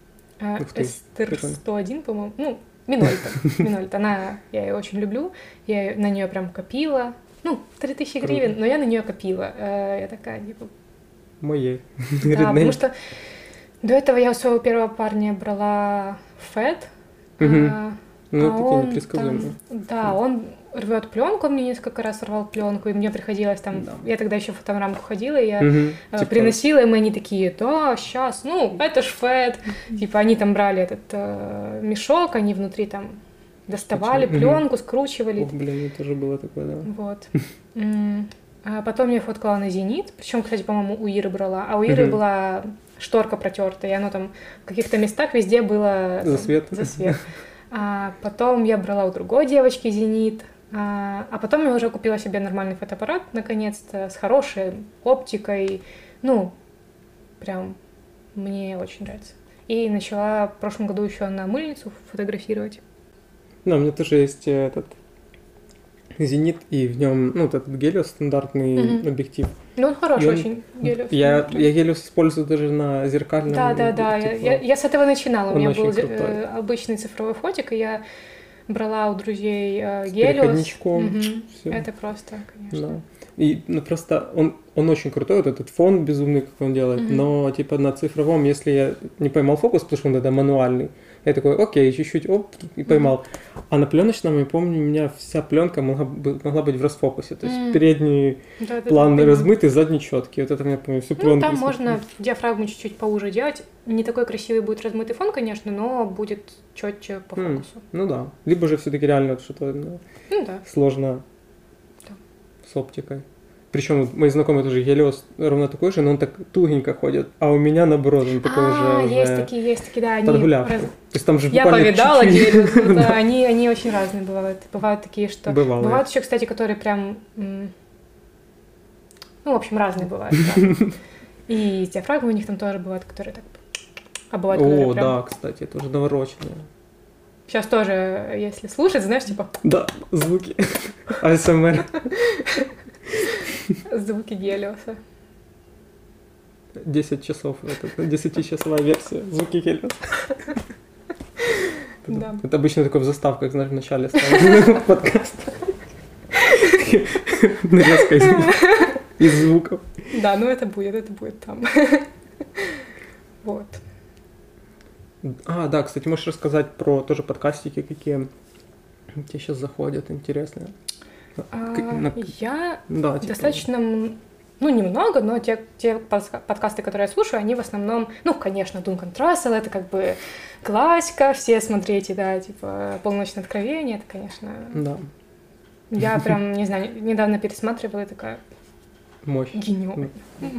Эстер 101, по-моему. Ну, Минольта. Я ее очень люблю. Я на нее прям копила. 3000 гривен, но я на нее копила. Я такая, типа... Моей. Да, потому что до этого я у своего первого парня брала фэт. Такие непредсказуемые. Да, он рвет пленку, мне несколько раз рвал пленку, и мне приходилось там... Да. Я тогда еще в фоторамку ходила, и я приносила, и они такие, да, сейчас, это ж фэт. Типа они там брали этот мешок, они внутри там... Доставали пленку, скручивали. Ох, блин, это тоже было такое, да. Вот. А потом я фоткала на «Зенит». Причем, кстати, по-моему, у Иры брала. А у Иры была шторка протертая, и оно там в каких-то местах везде было... Засвет. А потом я брала у другой девочки «Зенит». А потом я уже купила себе нормальный фотоаппарат, наконец-то, с хорошей оптикой. Прям мне очень нравится. И начала в прошлом году еще на мыльницу фотографировать. Да, у меня тоже есть этот «Зенит», и в нем, этот Гелиос стандартный объектив. Ну, он хороший очень, Гелиос. Я Гелиос использую даже на зеркальном. Да. Я с этого начинала. У меня был обычный цифровой фотик, и я брала у друзей Гелиос. С переходничком. Это просто, конечно. Да. И просто он очень крутой, вот этот фон безумный, как он делает, но типа на цифровом, если я не поймал фокус, потому что он тогда мануальный, я такой, окей, чуть-чуть, и поймал. А на пленочном, я помню, у меня вся пленка могла быть в расфокусе, то есть передний план размытый, задний четкий. Вот это я помню, всю пленку. Там можно диафрагму чуть-чуть поуже делать. Не такой красивый будет размытый фон, конечно, но будет четче по фокусу. Ну да. Либо же все-таки реально что-то сложно с оптикой. Причем мои знакомые тоже Гелиос ровно такой же, но он так тугенько ходит, а у меня наоборот, он такой же. Есть такие, да, они. То есть там же я повидала Гелиос, они очень разные бывают. Бывают такие, что. Бывают еще, кстати, которые прям. В общем, разные бывают. И диафрагмы у них там тоже бывают, которые так. А бывают, которые прям. Да, кстати, это уже навороченные. Сейчас тоже, если слушать, знаешь, типа. Да, звуки. АСМР. Звуки Гелиоса. 10 часов. Это 10-часовая версия. Звуки Гелиоса. Да. Это обычно такое в заставках, знаешь, в начале ставят подкаста. Нарезка из звуков. Да, это будет там. Вот. Да, кстати, можешь рассказать про тоже подкастики, какие тебе сейчас заходят, интересные? Я достаточно, немного, но те подкасты, которые я слушаю, они в основном, конечно, Duncan Trussell, это как бы классика, все смотрите, да, типа «Полночное откровение», это, конечно... Да. Я прям, не знаю, недавно пересматривала и такая... Мощь. Гениально.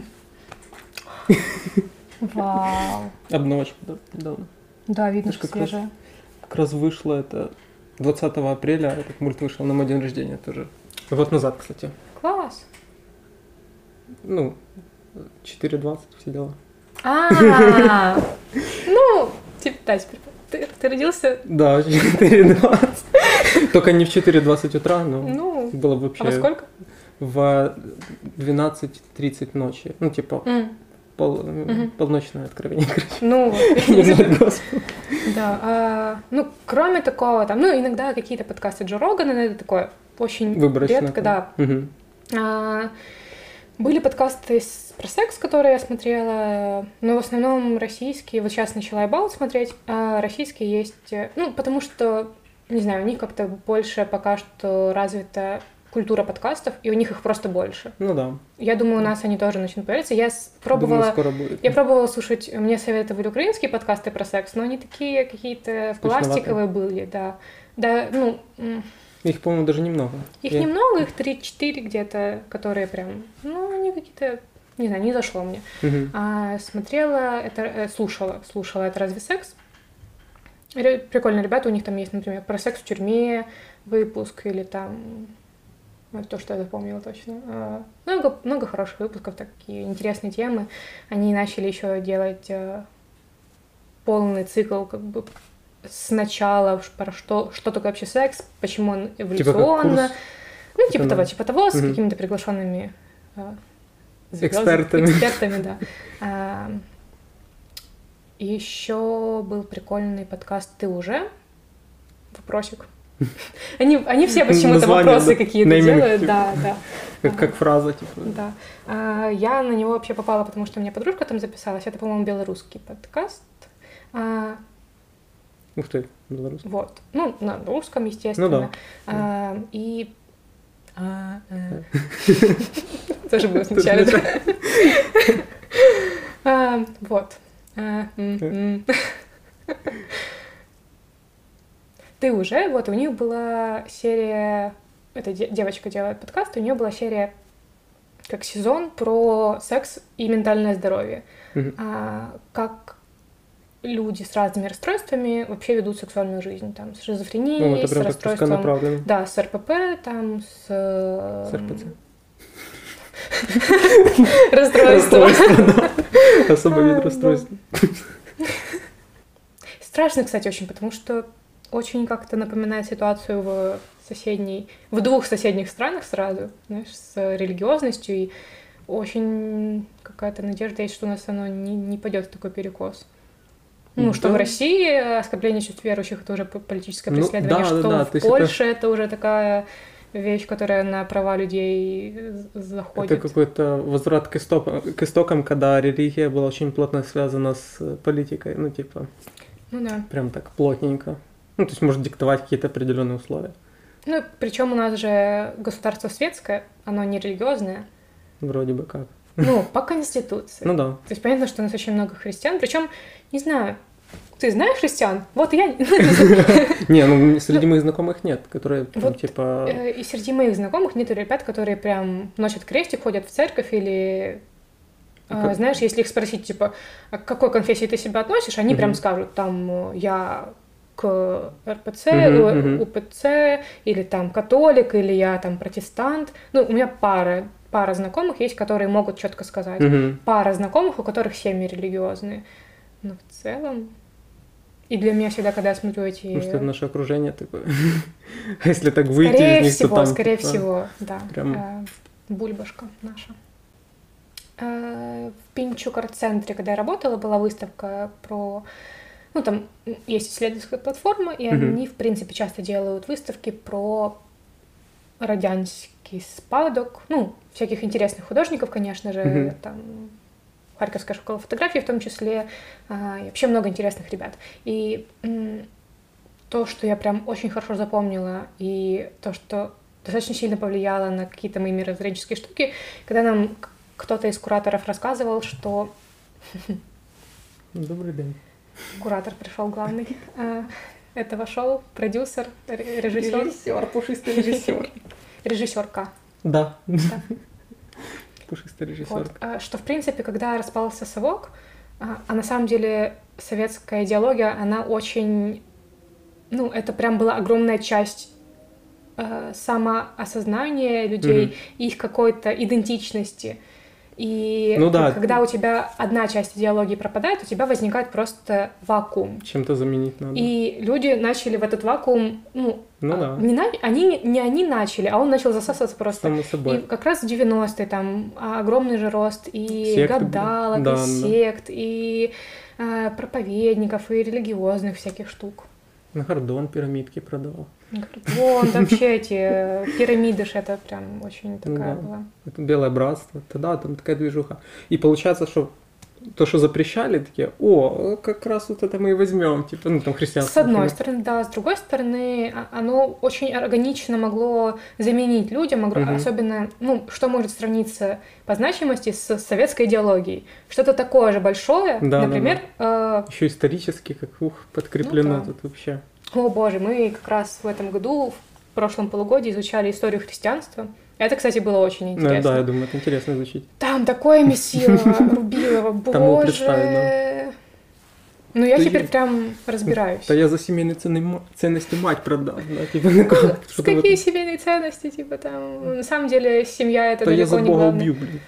Вау. Обновочка, да, недавно. Да, видно, что свежая. Как раз вышло это 20 апреля, этот мульт вышел на мой день рождения тоже. Год назад, кстати. Класс. 4:20, все дела. Ну, типа, да, ты родился? Да, 4:20. Только не в 4:20 утра, но было бы вообще... А во сколько? В 12:30 ночи. Ну, типа, полночное откровение, короче. Ну, вот. Да. Ну, кроме такого, там, ну, иногда какие-то подкасты Джо Рогана, но это такое очень выборочно, редко, да. Были подкасты про секс, которые я смотрела, но в основном российские. Вот сейчас начала About смотреть, а российские есть... Ну, потому что, не знаю, у них как-то больше пока что развита культура подкастов, и у них их просто больше. Ну да. Я думаю, у нас они тоже начнут появляться. Я пробовала слушать, мне советовали украинские подкасты про секс, но они такие какие-то пластиковые были, да. Да, ну... Их, по-моему, даже немного. Их немного, их 3-4 где-то, которые прям, ну, они какие-то, не знаю, не зашло мне. А смотрела, слушала «Это разве секс?» Прикольно, ребята, у них там есть, например, про секс в тюрьме выпуск, или там, то, что я запомнила точно. Много хороших выпусков, такие интересные темы. Они начали еще делать полный цикл, как бы, сначала про что такое вообще секс, почему он эволюционно. Типа того, с какими-то приглашенными экспертами, да. И еще был прикольный подкаст «Ты уже?» Вопросик. Они все почему-то вопросы какие-то делают. Да. Как фраза, типа. Да. Я на него вообще попала, потому что у меня подружка там записалась. Это, по-моему, белорусский подкаст. Ух ты, белорусский. Вот. Ну, на русском, естественно. Ну да. И... Тоже было сначала. Вот. «Ты уже?» Вот, у них была серия... Эта девочка делает подкаст, у нее была серия как сезон про секс и ментальное здоровье. Как люди с разными расстройствами вообще ведут сексуальную жизнь, там, с шизофренией, с расстройством... Да, с РПП, там, с РПЦ. Расстройство. Особый вид расстройства. Страшно, кстати, очень, потому что очень как-то напоминает ситуацию в двух соседних странах сразу, знаешь, с религиозностью, и очень какая-то надежда есть, что у нас оно не пойдет в такой перекос. Ну, что в России оскорбление чувств верующих — это уже политическое преследование, что в Польше это уже такая вещь, которая на права людей заходит. Это какой-то возврат к истокам, когда религия была очень плотно связана с политикой, ну, типа, да. Прям так плотненько. Ну, то есть может диктовать какие-то определенные условия. Ну, причем у нас же государство светское, оно не религиозное. Вроде бы как. Ну, по Конституции. Ну да. То есть понятно, что у нас очень много христиан. Причем, не знаю, ты знаешь христиан? Вот я... Не, ну среди моих знакомых нет, которые типа... И среди моих знакомых нет ребят, которые прям носят крестик, ходят в церковь или... Знаешь, если их спросить, типа, к какой конфессии ты себя относишь, они прям скажут, там, я к РПЦ, УПЦ, или там католик, или я там протестант. Ну, у меня пара знакомых есть, которые могут четко сказать. Пара знакомых, у которых семьи религиозные. Но в целом... И для меня всегда, когда я смотрю эти... Потому что это наше окружение такое. А если так выйти из них, то там... Скорее всего, да. Прям... Бульбашка наша. В Пинчук арт-центре, когда я работала, была выставка про... Ну, там есть исследовательская платформа, и они, в принципе, часто делают выставки про радянский спадок, ну, всяких интересных художников, конечно же, там, Харьковская школа фотографии в том числе, и вообще много интересных ребят. И то, что я прям очень хорошо запомнила, и то, что достаточно сильно повлияло на какие-то мои мировоззренческие штуки, когда нам кто-то из кураторов рассказывал, что... Добрый день. Куратор пришел главный. Это вошел продюсер, режиссер. Режиссер, пушистый режиссер. Режиссерка. Да. Пушистый режиссер. Вот. Что, в принципе, когда распался совок, а на самом деле советская идеология, она очень... Ну, это прям была огромная часть самоосознания людей, их какой-то идентичности. И когда у тебя одна часть идеологии пропадает, у тебя возникает просто вакуум. Чем-то заменить надо. И люди начали в этот вакуум, они начали, а он начал засасываться просто. Само собой. И как раз в 90-е там огромный же рост и гадалок, и сект, и проповедников, и религиозных всяких штук. Гордон пирамидки продавал. Вон, вообще эти пирамиды, это прям очень такая была. Это Белое братство, тогда там такая движуха. И получается, что то, что запрещали, такие, как раз вот это мы и возьмем, типа, там христианство. С одной стороны, да, с другой стороны, оно очень органично могло заменить людям, особенно, что может сравниться по значимости с советской идеологией. Что-то такое же большое, например... Еще исторически, как подкреплено тут вообще. О боже, мы как раз в этом году, в прошлом полугодии изучали историю христианства. Это, кстати, было очень интересно. Да, я думаю, это интересно изучить. Там такое месило Рубилова, боже. Ну, я теперь прям разбираюсь. Да я за семейные ценности мать продам. Какие семейные ценности? Типа там, на самом деле, семья это далеко не главное. Я за Бога убью, блин.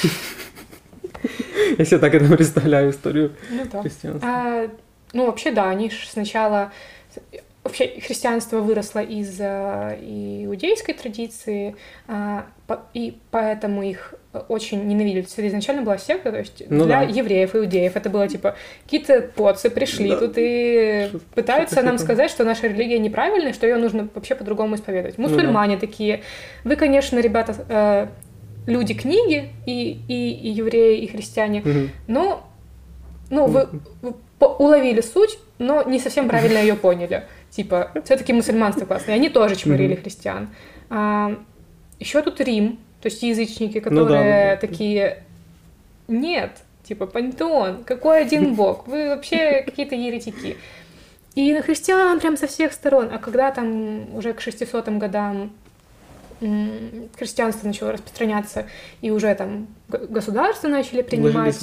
Я себе так это представляю историю христианства. Вообще, да, они же сначала... Вообще христианство выросло из иудейской традиции, и поэтому их очень ненавидели. Это изначально была секта, то есть для евреев, иудеев. Это было типа, какие-то поцы пришли тут и пытаются нам сказать, что наша религия неправильная, что ее нужно вообще по-другому исповедовать. Мусульмане такие. Вы, конечно, ребята, люди книги, и евреи, и христиане, но вы уловили суть, но не совсем правильно ее поняли. Типа, все-таки мусульманство классное. Они тоже чморили христиан. Еще тут Рим, то есть язычники, которые такие, нет, типа, пантеон, какой один бог? Вы вообще какие-то еретики. И на христиан прям со всех сторон. А когда там уже к 600-м годам христианство начало распространяться, и уже там государства начали принимать...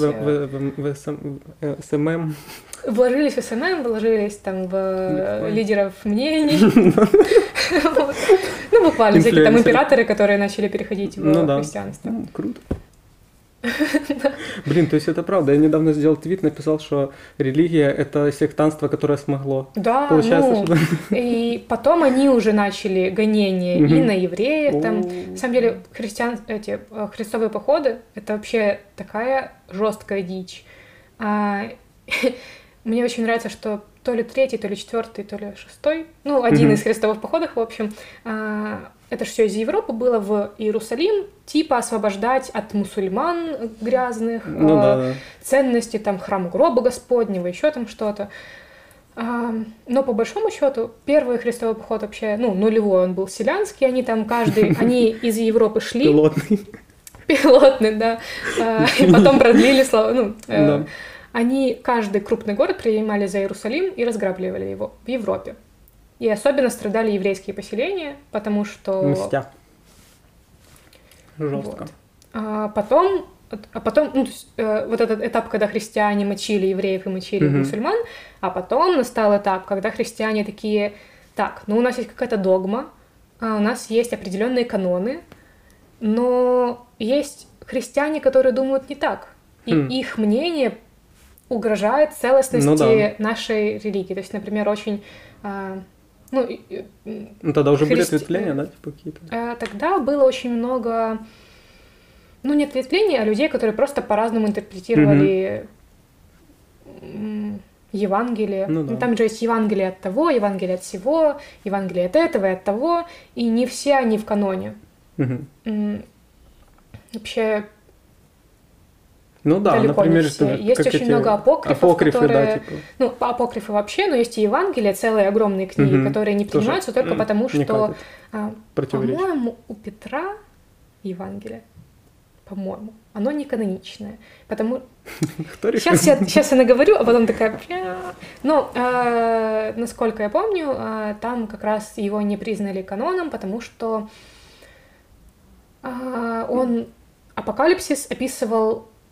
Вложились в СММ, вложились там в лидеров мнений. Буквально всякие там императоры, которые начали переходить в христианство. Круто. Блин, то есть это правда. Я недавно сделал твит, написал, что религия — это сектантство, которое смогло. Да, получается, и потом они уже начали гонения и на евреев. Там, на самом деле, христовые походы — это вообще такая жесткая дичь. Мне очень нравится, что то ли 3-й, то ли 4-й, то ли 6-й, один из христовых походов, в общем, это же все из Европы было в Иерусалим, типа освобождать от мусульман грязных, ценностей, там, храм гроба Господнего, еще там что-то. Но по большому счету первый христовый поход вообще, нулевой, он был селянский, они там они из Европы шли. Пилотный, да. И потом продлили, они каждый крупный город принимали за Иерусалим и разграбливали его в Европе. И особенно страдали еврейские поселения, потому что... Мстя. Жестко. А потом вот этот этап, когда христиане мочили евреев и мочили мусульман, а потом настал этап, когда христиане такие, у нас есть какая-то догма, у нас есть определенные каноны, но есть христиане, которые думают не так. И их мнение угрожает целостности нашей религии. То есть, например, очень... тогда уже были ответвления, да, типа какие-то? Тогда было очень много... не ответвлений, а людей, которые просто по-разному интерпретировали Евангелие. Там же есть Евангелие от того, Евангелие от сего, Евангелие от этого и от того, и не все они в каноне. Вообще... например, есть очень много апокрифов, которые... апокрифы вообще, но есть и Евангелия, целые огромные книги, которые не принимаются только потому, что, по-моему, у Петра Евангелие, по-моему, оно не каноничное. Потому... Сейчас я наговорю, а потом такая... Но, насколько я помню, там как раз его не признали каноном, потому что он Апокалипсис описывал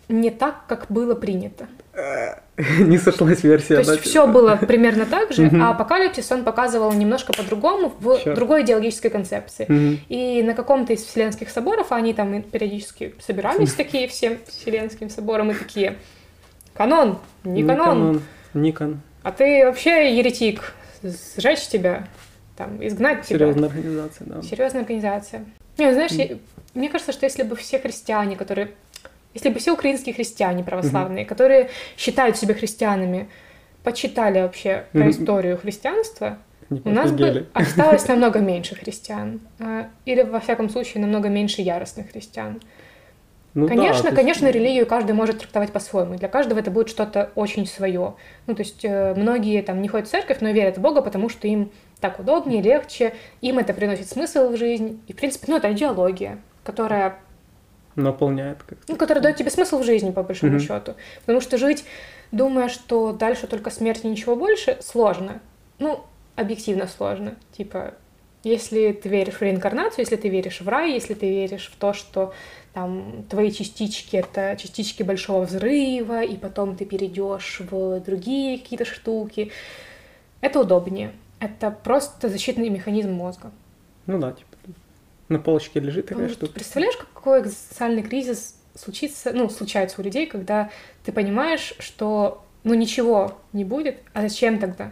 не так, как было принято. Не сошлась версия. То есть все было примерно так же, а апокалипсис он показывал немножко по-другому в другой идеологической концепции. И на каком-то из вселенских соборов они там периодически собирались такие всем вселенским собором и такие: канон, не канон. Никон. А ты вообще еретик, сжечь тебя, там, изгнать тебя. Серьезная организация, да. Серьезная организация. Не, знаешь, мне кажется, что если бы все христиане, если бы все украинские христиане православные, которые считают себя христианами, почитали вообще про историю христианства, у нас бы осталось намного меньше христиан. Или, во всяком случае, намного меньше яростных христиан. Ну, конечно, религию каждый может трактовать по-своему. Для каждого это будет что-то очень свое. Ну, то есть многие там не ходят в церковь, но верят в Бога, потому что им так удобнее, легче, им это приносит смысл в жизнь. И, в принципе, это идеология, которая наполняет как-то. Которая дает тебе смысл в жизни, по большому счету. Потому что жить, думая, что дальше только смерть и ничего больше, сложно. Объективно сложно. Типа, если ты веришь в реинкарнацию, если ты веришь в рай, если ты веришь в то, что там твои частички — это частички большого взрыва, и потом ты перейдешь в другие какие-то штуки, это удобнее. Это просто защитный механизм мозга. Ну да, типа на полочке лежит такая штука. Представляешь, какой экзистенциальный кризис случается у людей, когда ты понимаешь, что ничего не будет, а зачем тогда?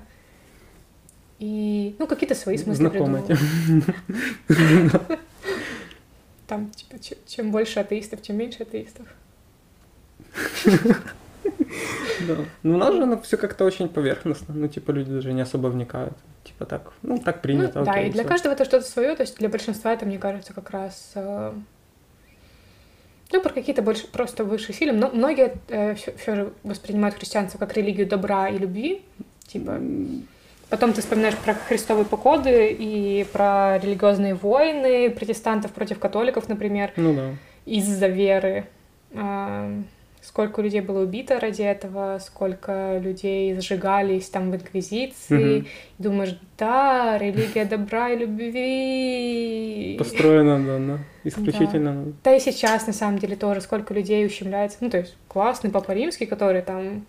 И, какие-то свои смыслы придумывают. Там, типа, чем больше атеистов, тем меньше атеистов. Да. У нас же все как-то очень поверхностно. Люди даже не особо вникают. Типа так, так принято. Да, и для каждого это что-то свое. То есть для большинства это, мне кажется, как раз про какие-то больше просто высшие силы. Но многие все же воспринимают христианство как религию добра и любви. Типа. Потом ты вспоминаешь про христовые походы и про религиозные войны протестантов против католиков, например, из-за веры. Сколько людей было убито ради этого, сколько людей сжигались там в инквизиции. И думаешь, да, религия добра и любви. Построена, исключительно. Да, и сейчас, на самом деле, тоже сколько людей ущемляется. То есть классный Папа Римский, который там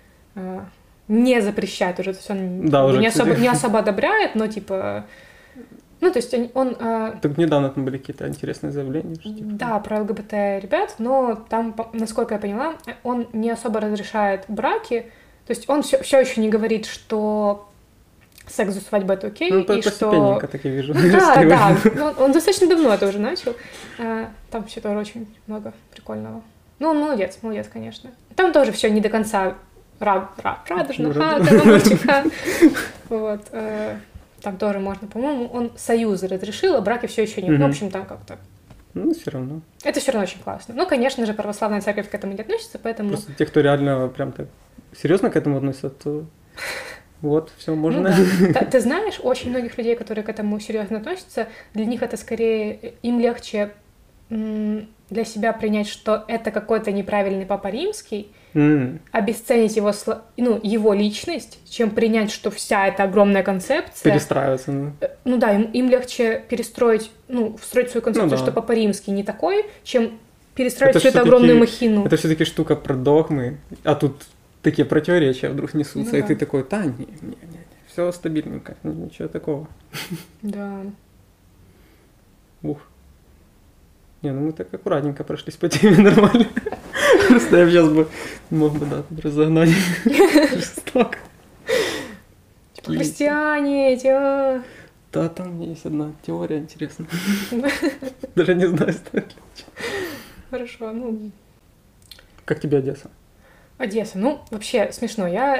не запрещает уже, то есть он не особо одобряет, но типа... то есть он... Так недавно там были какие-то интересные заявления. Да, про ЛГБТ ребят, но там, насколько я поняла, он не особо разрешает браки, то есть он все еще не говорит, что секс до свадьбы — это окей, и что... так и вижу. Да, он достаточно давно это уже начал. Там все тоже очень много прикольного. Он молодец, конечно. Там тоже все не до конца радужно, мальчика. Вот. Там тоже можно, по-моему, он союзы разрешил, а браки все еще нет. В общем, там как-то. Все равно. Это все равно очень классно. Конечно же, православная церковь к этому не относится, поэтому... Просто те, кто реально прям так серьезно к этому относятся, то все можно. Ты знаешь, очень многих людей, которые к этому серьезно относятся, для них это скорее, им легче для себя принять, что это какой-то неправильный Папа Римский, обесценить его личность, чем принять, что вся эта огромная концепция... Перестраиваться. Им легче перестроить, встроить свою концепцию, что Папа Римский не такой, чем перестроить всю эту огромную махину. Это все-таки штука про догмы, а тут такие противоречия вдруг несутся, и ты такой, не, все стабильненько, ничего такого. Да. Ух. Мы так аккуратненько прошлись по теме, нормально. Просто я сейчас бы мог бы, разогнать жестоко. Типа христиане, Да, там есть одна теория интересная. Даже не знаю, стоит ли. Хорошо, Как тебе Одесса? Одесса, вообще смешно. Я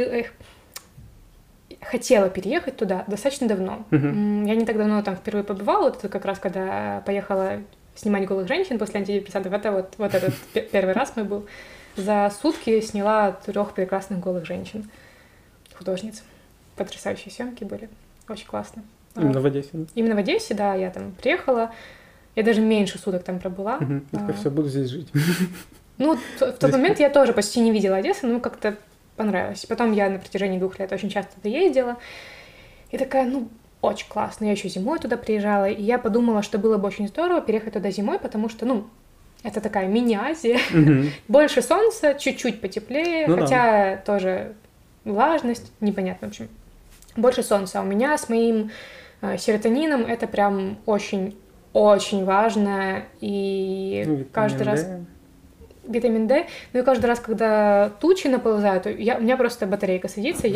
хотела переехать туда достаточно давно. Я не так давно там впервые побывала, это как раз когда поехала снимать голых женщин после антидепрессантов. Это вот этот первый раз мой был. За сутки сняла 3 прекрасных голых женщин. Художниц. Потрясающие съемки были. Очень классно. Именно в Одессе? Да? Именно в Одессе, да. Я там приехала. Я даже меньше суток там пробыла. Все, буду здесь жить. В тот момент я тоже почти не видела Одессы, но как-то понравилось. Потом я на протяжении 2 лет очень часто туда ездила. И такая, очень классно. Я еще зимой туда приезжала, и я подумала, что было бы очень здорово переехать туда зимой, потому что, это такая мини-Азия. Больше солнца, чуть-чуть потеплее, хотя тоже влажность, непонятно, в общем. Больше солнца. А у меня с моим серотонином это прям очень важно. И каждый раз... Витамин D. Ну и каждый раз, когда тучи наползают, у меня просто батарейка садится,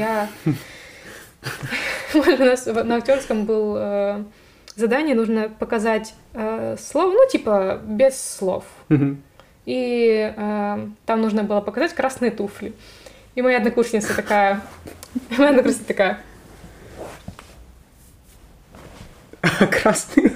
у нас на актерском было задание, нужно показать слово, ну типа без слов. И там нужно было показать красные туфли. И моя однокурсница такая... Красные.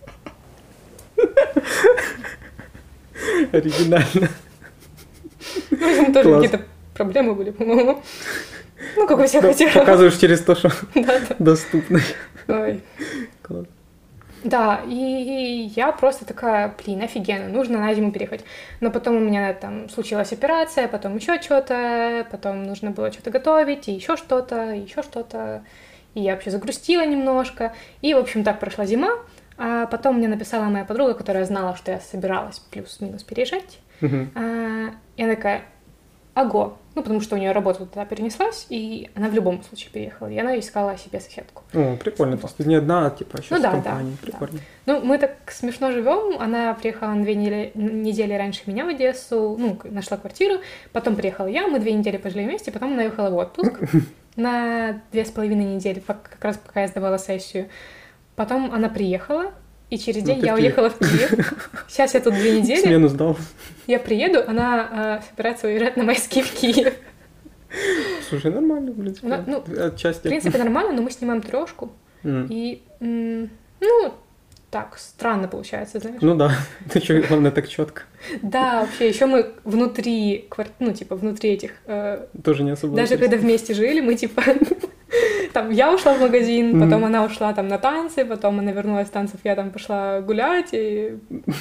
Оригинально. Ну, тоже какие-то проблемы были, по-моему. Ну, как у всех актеров. Показываешь через то, что доступно. Ой. Класс. Да, и я просто такая, офигенно, нужно на зиму переехать. Но потом у меня там случилась операция, потом еще что-то, потом нужно было что-то готовить, и еще что-то. И я вообще загрустила немножко. И, в общем, так прошла зима. А потом мне написала моя подруга, которая знала, что я собиралась плюс-минус переезжать. И она такая, ого. Ну, потому что у нее работа туда перенеслась, и она в любом случае переехала. И она искала себе соседку. О, прикольно. То есть ты не одна, типа, еще с компанией. Прикольно. Да. Ну, мы так смешно живем. Она приехала на 2 недели раньше меня в Одессу, ну, нашла квартиру. Потом приехала я, мы 2 недели пожили вместе, потом она уехала в отпуск на 2,5 недели, как раз пока я сдавала сессию. Потом она приехала, и через день я уехала в Киев. Сейчас я тут 2 недели. Смену сдал. Я приеду, она собирается уезжать на майские в Киев. Слушай, нормально, в принципе. Ну, отчасти. В принципе, нормально, но мы снимаем 3. И, ну, так, странно получается, знаешь. Ну да, ты что, главное, так четко. Да, вообще, еще мы внутри внутри этих... Тоже не особо. Даже когда вместе жили, мы типа... Там я ушла в магазин, потом она ушла там на танцы, потом она вернулась с танцев, я там пошла гулять и...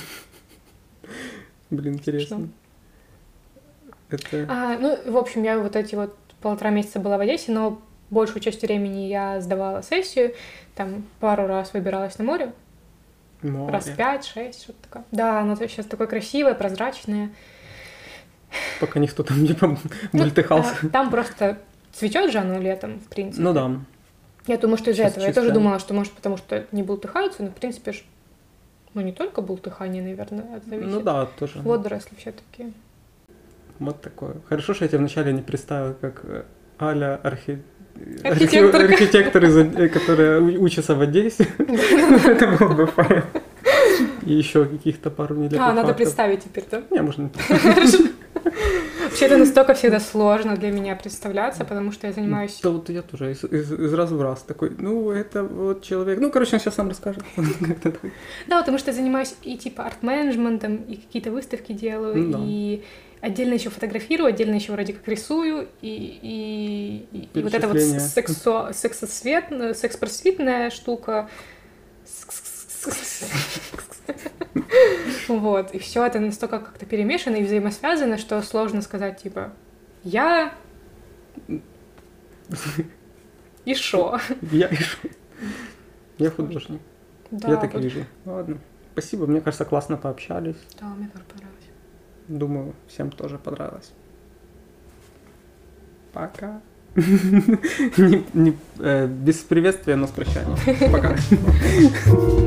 Блин, интересно. Это... Ну, в общем, я вот эти 1,5 месяца была в Одессе, но большую часть времени я сдавала сессию, там пару раз выбиралась на море. Раз 5-6, что-то такое. Да, оно сейчас такое красивое, прозрачное. Пока никто там не бултыхался. Там просто цветет же оно летом, в принципе. Ну да. Я думаю, что из-за этого. Я тоже думала, что, может, потому что не бултыхаются, но, в принципе, ну, не только бултыхание, наверное, зависит. Ну да, тоже. Водоросли все-таки. Вот такое. Хорошо, что я тебя вначале не представил, как Аля архитектор, которая учится в Одессе. Это было бы файн. И еще каких-то пару нелепых фактов. Надо представить теперь, да? Не, можно. Вообще это настолько всегда сложно для меня представляться, потому что я занимаюсь... Да вот я тоже из раза в раз такой, ну это вот человек, ну короче он сейчас сам расскажет. Да, потому что я занимаюсь и типа арт-менеджментом, и какие-то выставки делаю, и отдельно еще фотографирую, отдельно еще вроде как рисую, и вот эта вот секс-просветная штука. Вот, и все это настолько как-то перемешано и взаимосвязано, что сложно сказать, типа, я... И шо? Я и шо? Я художник. Да, я так и вижу. Ладно. Спасибо, мне кажется, классно пообщались. Да, мне тоже понравилось. Думаю, всем тоже понравилось. Пока. Без приветствия, но с прощанием. Пока.